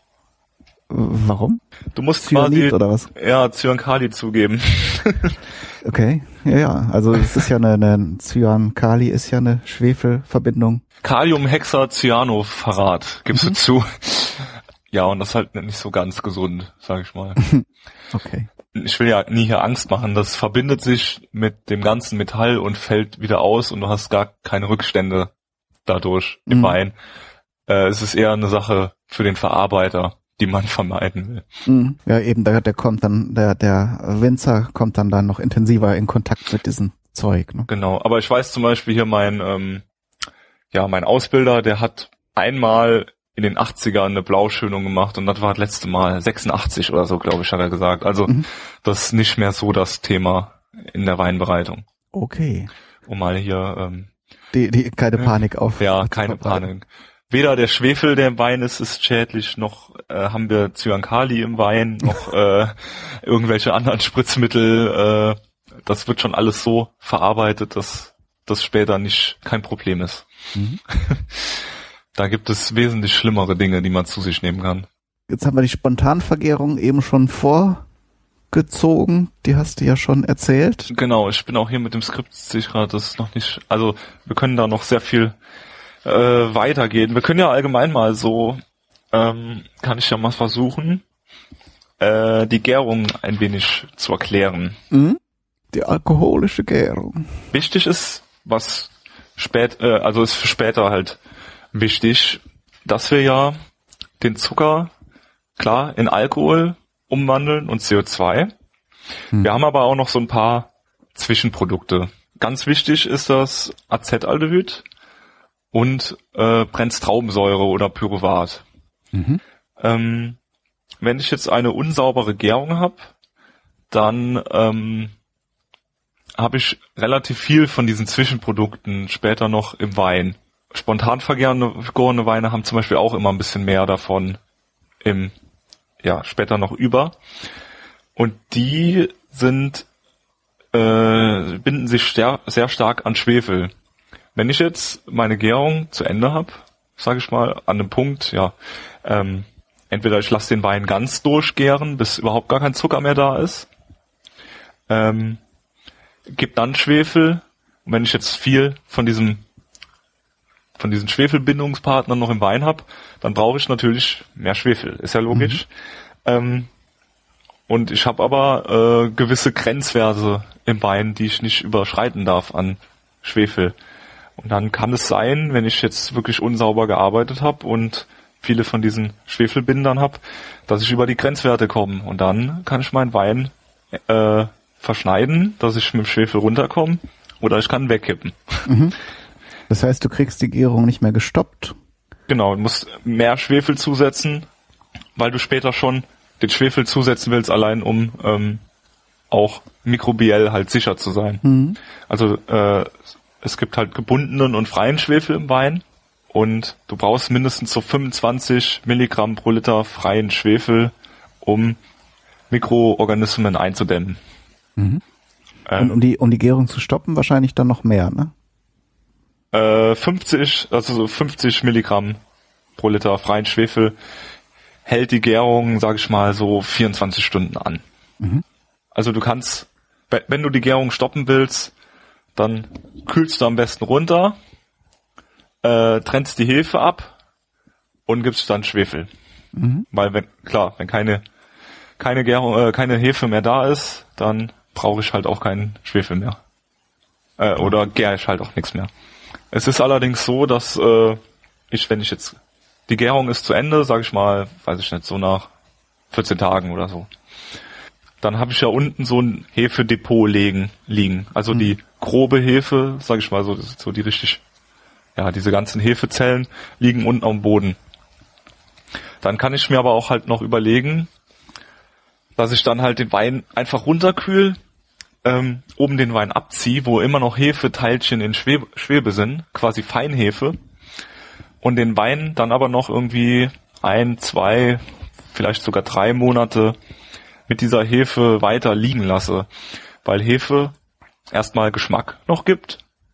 Speaker 1: Warum?
Speaker 2: Du musst
Speaker 1: Cyanid
Speaker 2: quasi,
Speaker 1: oder was?
Speaker 2: Ja, Cyankali zugeben.
Speaker 1: Okay, ja, ja. Also es ist ja eine, eine Cyankali ist ja eine Schwefelverbindung.
Speaker 2: Kaliumhexacyanophosphat gibst mhm. du zu. Ja, und das ist halt nicht so ganz gesund, sag ich mal.
Speaker 1: Okay.
Speaker 2: Ich will ja nie hier Angst machen, das verbindet sich mit dem ganzen Metall und fällt wieder aus und du hast gar keine Rückstände dadurch im mhm. Wein. Äh, es ist eher eine Sache für den Verarbeiter, die man vermeiden will.
Speaker 1: Mhm. Ja, eben, der, der kommt dann, der, der Winzer kommt dann dann noch intensiver in Kontakt mit diesem Zeug. Ne?
Speaker 2: Genau, aber ich weiß zum Beispiel hier mein, ähm, ja, mein Ausbilder, der hat einmal in den achtzigern eine Blauschönung gemacht und das war das letzte Mal sechsundachtzig oder so, glaube ich, hat er gesagt. Also mhm. das ist nicht mehr so das Thema in der Weinbereitung.
Speaker 1: Okay.
Speaker 2: Um mal hier ähm,
Speaker 1: die, die keine Panik auf.
Speaker 2: Ja, keine Panik. Weder der Schwefel, der im Wein ist, ist schädlich, noch äh, haben wir Cyankali im Wein, noch äh, irgendwelche anderen Spritzmittel. Äh, das wird schon alles so verarbeitet, dass das später nicht kein Problem ist. Mhm. Da gibt es wesentlich schlimmere Dinge, die man zu sich nehmen kann.
Speaker 1: Jetzt haben wir die Spontanvergärung eben schon vor gezogen, die hast du ja schon erzählt.
Speaker 2: Genau, ich bin auch hier mit dem Skript, sehe ich gerade, das ist noch nicht, also wir können da noch sehr viel äh, weitergehen. Wir können ja allgemein mal so, ähm, kann ich ja mal versuchen, äh, die Gärung ein wenig zu erklären.
Speaker 1: Mhm. Die alkoholische Gärung.
Speaker 2: Wichtig ist, was spät, äh, also ist für später halt wichtig, dass wir ja den Zucker klar in Alkohol umwandeln und C O zwei. Hm. Wir haben aber auch noch so ein paar Zwischenprodukte. Ganz wichtig ist das Acetaldehyd und äh, Brennstraubensäure oder Pyruvat. Mhm. Ähm, wenn ich jetzt eine unsaubere Gärung habe, dann ähm, habe ich relativ viel von diesen Zwischenprodukten später noch im Wein. Spontan vergorene Weine haben zum Beispiel auch immer ein bisschen mehr davon im, ja, später noch über. Und die sind, äh, binden sich sehr, sehr stark an Schwefel. Wenn ich jetzt meine Gärung zu Ende habe, sage ich mal, an einem Punkt, ja, ähm, entweder ich lasse den Wein ganz durchgären, bis überhaupt gar kein Zucker mehr da ist, ähm, gibt dann Schwefel. Und wenn ich jetzt viel von diesem von diesen Schwefelbindungspartnern noch im Wein habe, dann brauche ich natürlich mehr Schwefel. Ist ja logisch. Mhm. Ähm, und ich habe aber äh, gewisse Grenzwerte im Wein, die ich nicht überschreiten darf an Schwefel. Und dann kann es sein, wenn ich jetzt wirklich unsauber gearbeitet habe und viele von diesen Schwefelbindern habe, dass ich über die Grenzwerte komme. Und dann kann ich meinen Wein äh, verschneiden, dass ich mit dem Schwefel runterkomme, oder ich kann wegkippen.
Speaker 1: Mhm. Das heißt, du kriegst die Gärung nicht mehr gestoppt?
Speaker 2: Genau, du musst mehr Schwefel zusetzen, weil du später schon den Schwefel zusetzen willst, allein um ähm, auch mikrobiell halt sicher zu sein. Mhm. Also äh, es gibt halt gebundenen und freien Schwefel im Wein und du brauchst mindestens so fünfundzwanzig Milligramm pro Liter freien Schwefel, um Mikroorganismen einzudämmen.
Speaker 1: Mhm. Ähm, und um die, um die Gärung zu stoppen, wahrscheinlich dann noch mehr, ne?
Speaker 2: Äh, fünfzig, also so fünfzig Milligramm pro Liter freien Schwefel hält die Gärung, sag ich mal, so vierundzwanzig Stunden an. Mhm. Also du kannst, wenn du die Gärung stoppen willst, dann kühlst du am besten runter, äh, trennst die Hefe ab und gibst dann Schwefel. Mhm. Weil wenn, klar, wenn keine, keine Gärung, äh, keine Hefe mehr da ist, dann brauche ich halt auch keinen Schwefel mehr. Äh, oder gär ich halt auch nichts mehr. Es ist allerdings so, dass äh, ich, wenn ich jetzt, die Gärung ist zu Ende, sage ich mal, weiß ich nicht, so nach vierzehn Tagen oder so, dann habe ich ja unten so ein Hefedepot legen, liegen. Also mhm. die grobe Hefe, sage ich mal, so, so die richtig, ja, diese ganzen Hefezellen liegen unten am Boden. Dann kann ich mir aber auch halt noch überlegen, dass ich dann halt den Wein einfach runterkühl, ähm, oben den Wein abziehe, wo immer noch Hefeteilchen in Schwebe, Schwebe sind, quasi Feinhefe, und den Wein dann aber noch irgendwie ein, zwei, vielleicht sogar drei Monate mit dieser Hefe weiter liegen lasse, weil Hefe erstmal Geschmack noch gibt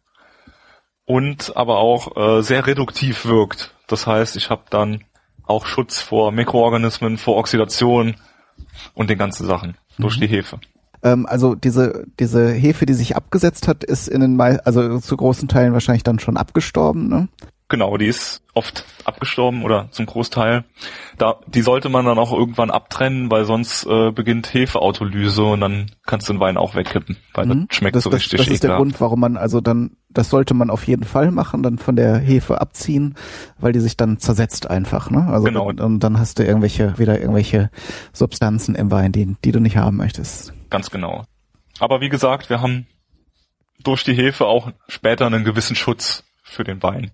Speaker 2: und aber auch äh, sehr reduktiv wirkt. Das heißt, ich habe dann auch Schutz vor Mikroorganismen, vor Oxidation und den ganzen Sachen mhm. durch die Hefe.
Speaker 1: Ähm, also diese diese Hefe, die sich abgesetzt hat, ist in den mei- also zu großen Teilen wahrscheinlich dann schon abgestorben, ne?
Speaker 2: Genau, die ist oft abgestorben oder zum Großteil. Da, die sollte man dann auch irgendwann abtrennen, weil sonst äh, beginnt Hefeautolyse und dann kannst du den Wein auch wegkippen, weil mhm. das schmeckt
Speaker 1: das,
Speaker 2: so
Speaker 1: das,
Speaker 2: richtig
Speaker 1: Das ist ekelhaft. Der Grund, warum man also dann, das sollte man auf jeden Fall machen, dann von der Hefe abziehen, weil die sich dann zersetzt einfach, ne? Also
Speaker 2: genau.
Speaker 1: Und, und dann hast du irgendwelche wieder irgendwelche Substanzen im Wein, die, die du nicht haben möchtest.
Speaker 2: Ganz genau. Aber wie gesagt, wir haben durch die Hefe auch später einen gewissen Schutz für den Wein.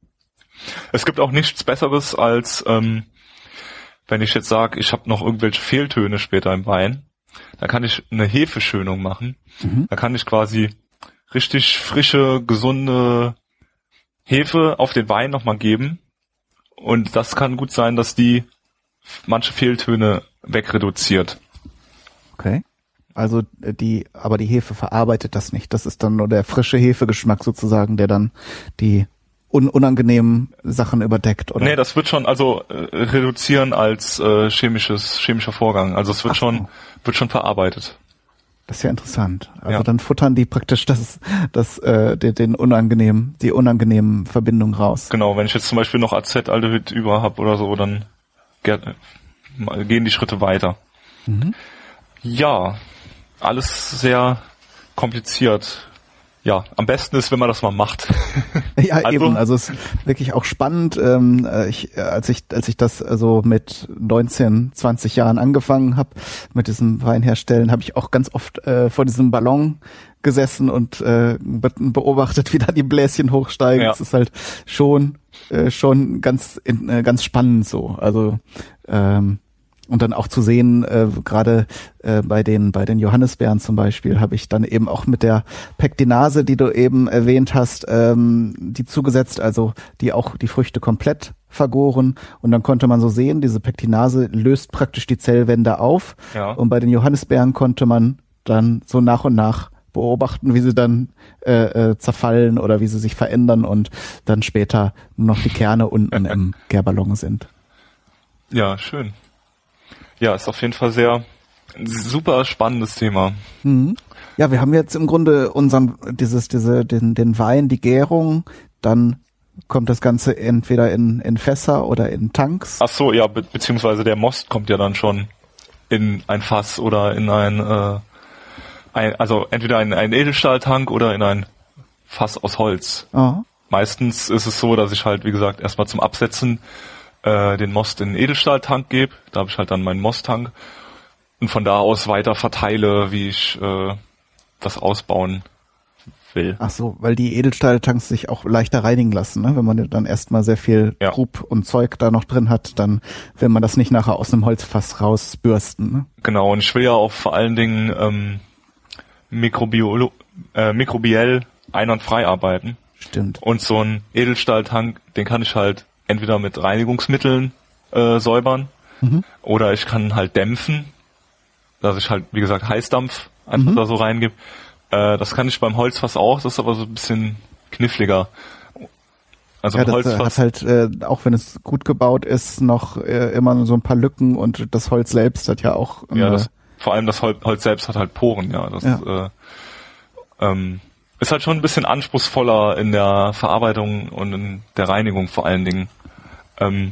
Speaker 2: Es gibt auch nichts Besseres als, ähm, wenn ich jetzt sage, ich habe noch irgendwelche Fehltöne später im Wein, dann kann ich eine Hefeschönung machen. Mhm. Da kann ich quasi richtig frische, gesunde Hefe auf den Wein nochmal geben. Und das kann gut sein, dass die manche Fehltöne wegreduziert.
Speaker 1: Okay. Also die, aber die Hefe verarbeitet das nicht. Das ist dann nur der frische Hefegeschmack sozusagen, der dann die un- unangenehmen Sachen überdeckt, oder?
Speaker 2: Nee, das wird schon, also äh, reduzieren als äh, chemisches chemischer Vorgang. Also es wird Ach, schon wird schon verarbeitet.
Speaker 1: Das ist ja interessant. Also
Speaker 2: ja.
Speaker 1: dann futtern die praktisch das, das, äh, den, den unangenehmen, die unangenehmen Verbindungen raus.
Speaker 2: Genau, wenn ich jetzt zum Beispiel noch Acetaldehyd über habe oder so, dann gehen die Schritte weiter. Mhm. Ja, alles sehr kompliziert. Ja, am besten ist, wenn man das mal macht.
Speaker 1: Ja, also, eben. Also es ist wirklich auch spannend. Ähm, ich, als ich als ich das also mit neunzehn, zwanzig Jahren angefangen habe mit diesem Weinherstellen, habe ich auch ganz oft äh, vor diesem Ballon gesessen und äh, be- beobachtet, wie da die Bläschen hochsteigen. Es ja. ist halt schon äh, schon ganz äh, ganz spannend so. Also ähm, und dann auch zu sehen, äh, gerade äh, bei den bei den Johannisbeeren zum Beispiel, habe ich dann eben auch mit der Pektinase, die du eben erwähnt hast, ähm, die zugesetzt, also die auch die Früchte komplett vergoren. Und dann konnte man so sehen, diese Pektinase löst praktisch die Zellwände auf. Ja. Und bei den Johannisbeeren konnte man dann so nach und nach beobachten, wie sie dann äh, äh, zerfallen oder wie sie sich verändern und dann später nur noch die Kerne unten im Gärballon sind.
Speaker 2: Ja, schön. Ja, ist auf jeden Fall sehr super spannendes Thema.
Speaker 1: Mhm. Ja, wir haben jetzt im Grunde unseren dieses diese den den Wein, die Gärung, dann kommt das Ganze entweder in in Fässer oder in Tanks.
Speaker 2: Ach so, ja, be- beziehungsweise der Most kommt ja dann schon in ein Fass oder in ein, äh, ein also entweder in einen Edelstahltank oder in ein Fass aus Holz.
Speaker 1: Oh.
Speaker 2: Meistens ist es so, dass ich halt, wie gesagt, erstmal zum Absetzen den Most in den Edelstahltank gebe, da habe ich halt dann meinen Mosttank und von da aus weiter verteile, wie ich äh, das ausbauen will.
Speaker 1: Ach so, weil die Edelstahltanks sich auch leichter reinigen lassen, ne? Wenn man dann erstmal sehr viel
Speaker 2: ja.
Speaker 1: Grub und Zeug da noch drin hat, dann will man das nicht nachher aus einem Holzfass rausbürsten, ne?
Speaker 2: Genau, und ich will ja auch vor allen Dingen ähm, Mikrobiolo- äh, mikrobiell einwandfrei arbeiten.
Speaker 1: Stimmt.
Speaker 2: Und so ein Edelstahltank, den kann ich halt entweder mit Reinigungsmitteln äh, säubern mhm. oder ich kann halt dämpfen, dass ich halt, wie gesagt, Heißdampf einfach mhm. da so reingebe. Äh, das kann ich beim Holzfass auch, das ist aber so ein bisschen kniffliger. Also
Speaker 1: ja, das
Speaker 2: Holzfass
Speaker 1: hat halt, äh, auch wenn es gut gebaut ist, noch äh, immer so ein paar Lücken und das Holz selbst hat ja auch...
Speaker 2: Ja, das, vor allem das Hol- Holz selbst hat halt Poren, ja. Das ja. Äh, ähm, ist halt schon ein bisschen anspruchsvoller in der Verarbeitung und in der Reinigung vor allen Dingen. Ähm,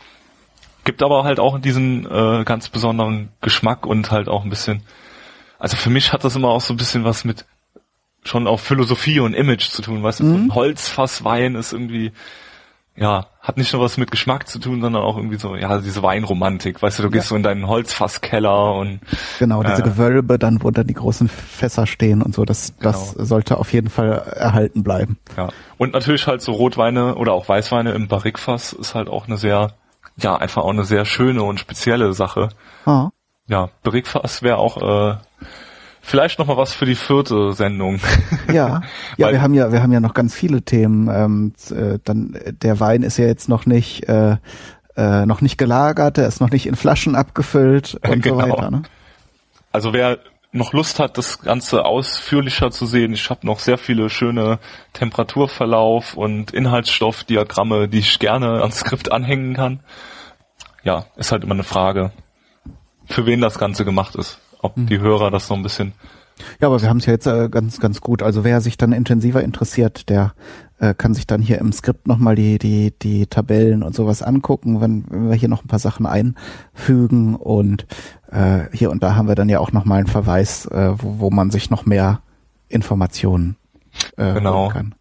Speaker 2: gibt aber halt auch diesen äh, ganz besonderen Geschmack und halt auch ein bisschen, also für mich hat das immer auch so ein bisschen was mit schon auch Philosophie und Image zu tun, weißt du, mhm. Holzfasswein ist irgendwie, ja, hat nicht nur was mit Geschmack zu tun, sondern auch irgendwie so, ja, diese Weinromantik, weißt du, du gehst ja. so in deinen Holzfasskeller und
Speaker 1: genau, diese äh, Gewölbe, dann wo dann die großen Fässer stehen und so, das genau. das sollte auf jeden Fall erhalten bleiben.
Speaker 2: Ja, und natürlich halt so Rotweine oder auch Weißweine im Barrikfass ist halt auch eine sehr, ja, einfach auch eine sehr schöne und spezielle Sache. Ah. Ja, Barrikfass wäre auch äh, vielleicht noch mal was für die vierte Sendung.
Speaker 1: Ja, ja, wir haben ja, wir haben ja noch ganz viele Themen. Ähm, äh, dann der Wein ist ja jetzt noch nicht, äh, äh, noch nicht gelagert, der ist noch nicht in Flaschen abgefüllt und genau. so weiter. Ne?
Speaker 2: Also wer noch Lust hat, das Ganze ausführlicher zu sehen, ich habe noch sehr viele schöne Temperaturverlauf und Inhaltsstoffdiagramme, die ich gerne ans Skript anhängen kann. Ja, ist halt immer eine Frage, für wen das Ganze gemacht ist. Ob die Hörer das noch ein bisschen...
Speaker 1: Ja, aber wir haben es ja jetzt äh, ganz ganz gut. Also wer sich dann intensiver interessiert, der äh, kann sich dann hier im Skript nochmal die die die Tabellen und sowas angucken, wenn, wenn wir hier noch ein paar Sachen einfügen. Und äh, hier und da haben wir dann ja auch nochmal einen Verweis, äh, wo, wo man sich noch mehr Informationen äh,
Speaker 2: genau.
Speaker 1: holen kann.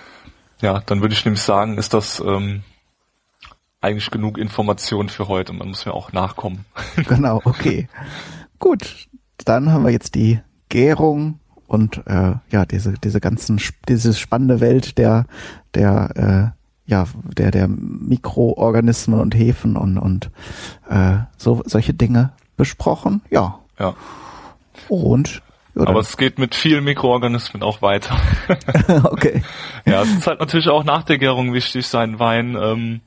Speaker 2: Ja, dann würde ich nämlich sagen, ist das ähm, eigentlich genug Information für heute. Man muss ja auch nachkommen.
Speaker 1: Genau, okay. Gut, dann haben wir jetzt die Gärung und äh, ja diese diese ganzen diese spannende Welt der der äh, ja der der Mikroorganismen und Hefen und und äh, so solche Dinge besprochen. Ja.
Speaker 2: Ja.
Speaker 1: Und ja,
Speaker 2: aber es geht mit vielen Mikroorganismen auch weiter.
Speaker 1: Okay.
Speaker 2: Ja, es ist halt natürlich auch nach der Gärung wichtig, seinen Wein ähm,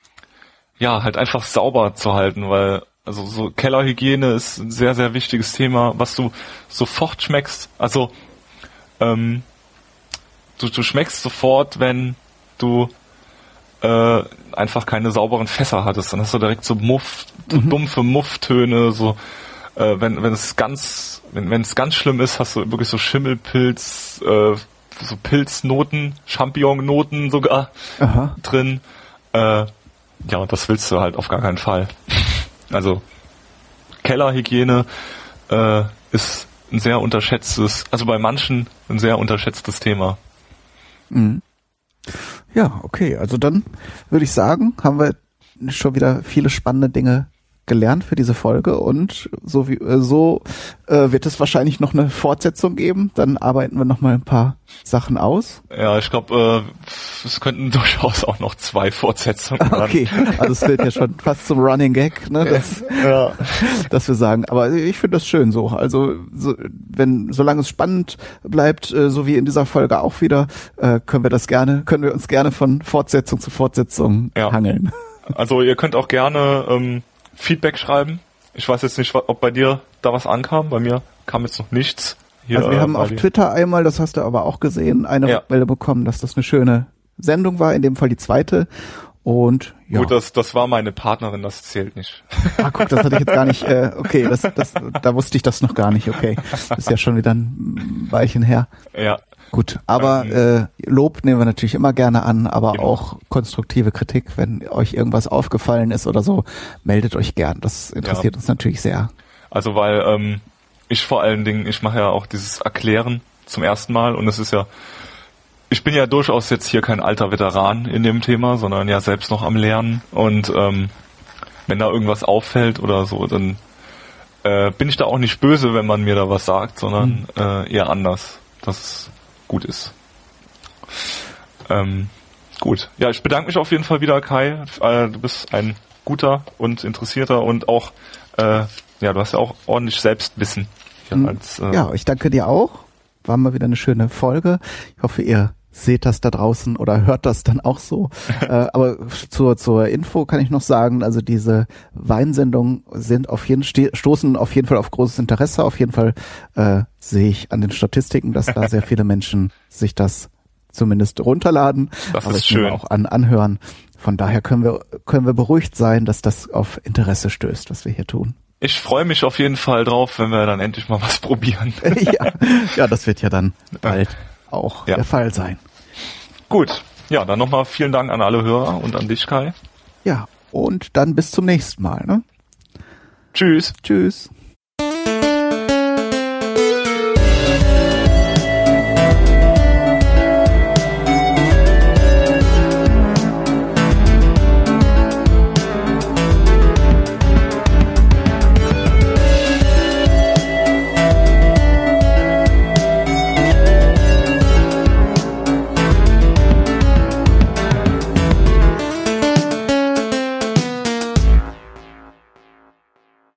Speaker 2: ja halt einfach sauber zu halten, weil also so Kellerhygiene ist ein sehr, sehr wichtiges Thema, was du sofort schmeckst. Also ähm, du, du schmeckst sofort, wenn du äh, einfach keine sauberen Fässer hattest. Dann hast du direkt so Muff, so mhm. dumpfe Mufftöne, so äh, wenn wenn es ganz wenn wenn es ganz schlimm ist, hast du wirklich so Schimmelpilz, äh, so Pilznoten, Champignonnoten sogar Aha. drin. Äh, ja, das willst du halt auf gar keinen Fall. Also Kellerhygiene äh, ist ein sehr unterschätztes, also bei manchen ein sehr unterschätztes Thema.
Speaker 1: Mhm. Ja, okay, also dann würde ich sagen, haben wir schon wieder viele spannende Dinge gelernt für diese Folge und so wie so äh, wird es wahrscheinlich noch eine Fortsetzung geben. Dann arbeiten wir noch mal ein paar Sachen aus.
Speaker 2: Ja, ich glaube, äh, es könnten durchaus auch noch zwei Fortsetzungen werden.
Speaker 1: Okay, also es wird ja schon fast zum Running Gag, ne, dass, ja. dass wir sagen. Aber ich finde das schön so. Also so, wenn solange es spannend bleibt, äh, so wie in dieser Folge auch wieder, äh, können wir das gerne, können wir uns gerne von Fortsetzung zu Fortsetzung ja. hangeln.
Speaker 2: Also ihr könnt auch gerne ähm, Feedback schreiben. Ich weiß jetzt nicht, ob bei dir da was ankam. Bei mir kam jetzt noch nichts. Hier,
Speaker 1: also wir
Speaker 2: äh,
Speaker 1: haben auf dir. Twitter einmal, das hast du aber auch gesehen, eine ja. Rückmeldung bekommen, dass das eine schöne Sendung war, in dem Fall die zweite. Und ja.
Speaker 2: Gut, das, das war meine Partnerin, das zählt nicht.
Speaker 1: Ah, guck, das hatte ich jetzt gar nicht, äh, okay, das, das, da wusste ich das noch gar nicht, okay. Das ist ja schon wieder ein Weilchen her.
Speaker 2: Ja.
Speaker 1: Gut, aber äh, Lob nehmen wir natürlich immer gerne an, aber genau. auch konstruktive Kritik, wenn euch irgendwas aufgefallen ist oder so, meldet euch gern. Das interessiert ja. uns natürlich sehr.
Speaker 2: Also weil ähm, ich vor allen Dingen, ich mache ja auch dieses Erklären zum ersten Mal und es ist ja, ich bin ja durchaus jetzt hier kein alter Veteran in dem Thema, sondern ja selbst noch am Lernen und ähm, wenn da irgendwas auffällt oder so, dann äh, bin ich da auch nicht böse, wenn man mir da was sagt, sondern hm. äh, eher anders. Das ist gut ist. Ähm, gut. Ja, ich bedanke mich auf jeden Fall wieder, Kai. Äh, du bist ein guter und interessierter und auch, äh, ja, du hast ja auch ordentlich Selbstwissen.
Speaker 1: Hier als, äh ja, ich danke dir auch. War mal wieder eine schöne Folge. Ich hoffe, ihr seht das da draußen oder hört das dann auch so. äh, aber zur, zur Info kann ich noch sagen, also diese Weinsendungen sind auf jeden stoßen auf jeden Fall auf großes Interesse. Auf jeden Fall äh, sehe ich an den Statistiken, dass da sehr viele Menschen sich das zumindest runterladen.
Speaker 2: Das
Speaker 1: aber
Speaker 2: ist schön.
Speaker 1: Auch an anhören. Von daher können wir können wir beruhigt sein, dass das auf Interesse stößt, was wir hier tun.
Speaker 2: Ich freue mich auf jeden Fall drauf, wenn wir dann endlich mal was probieren.
Speaker 1: ja, ja, das wird ja dann bald auch ja. der Fall sein.
Speaker 2: Gut, ja, dann nochmal vielen Dank an alle Hörer und an dich, Kai.
Speaker 1: Ja, und dann bis zum nächsten Mal. Ne?
Speaker 2: Tschüss.
Speaker 1: Tschüss.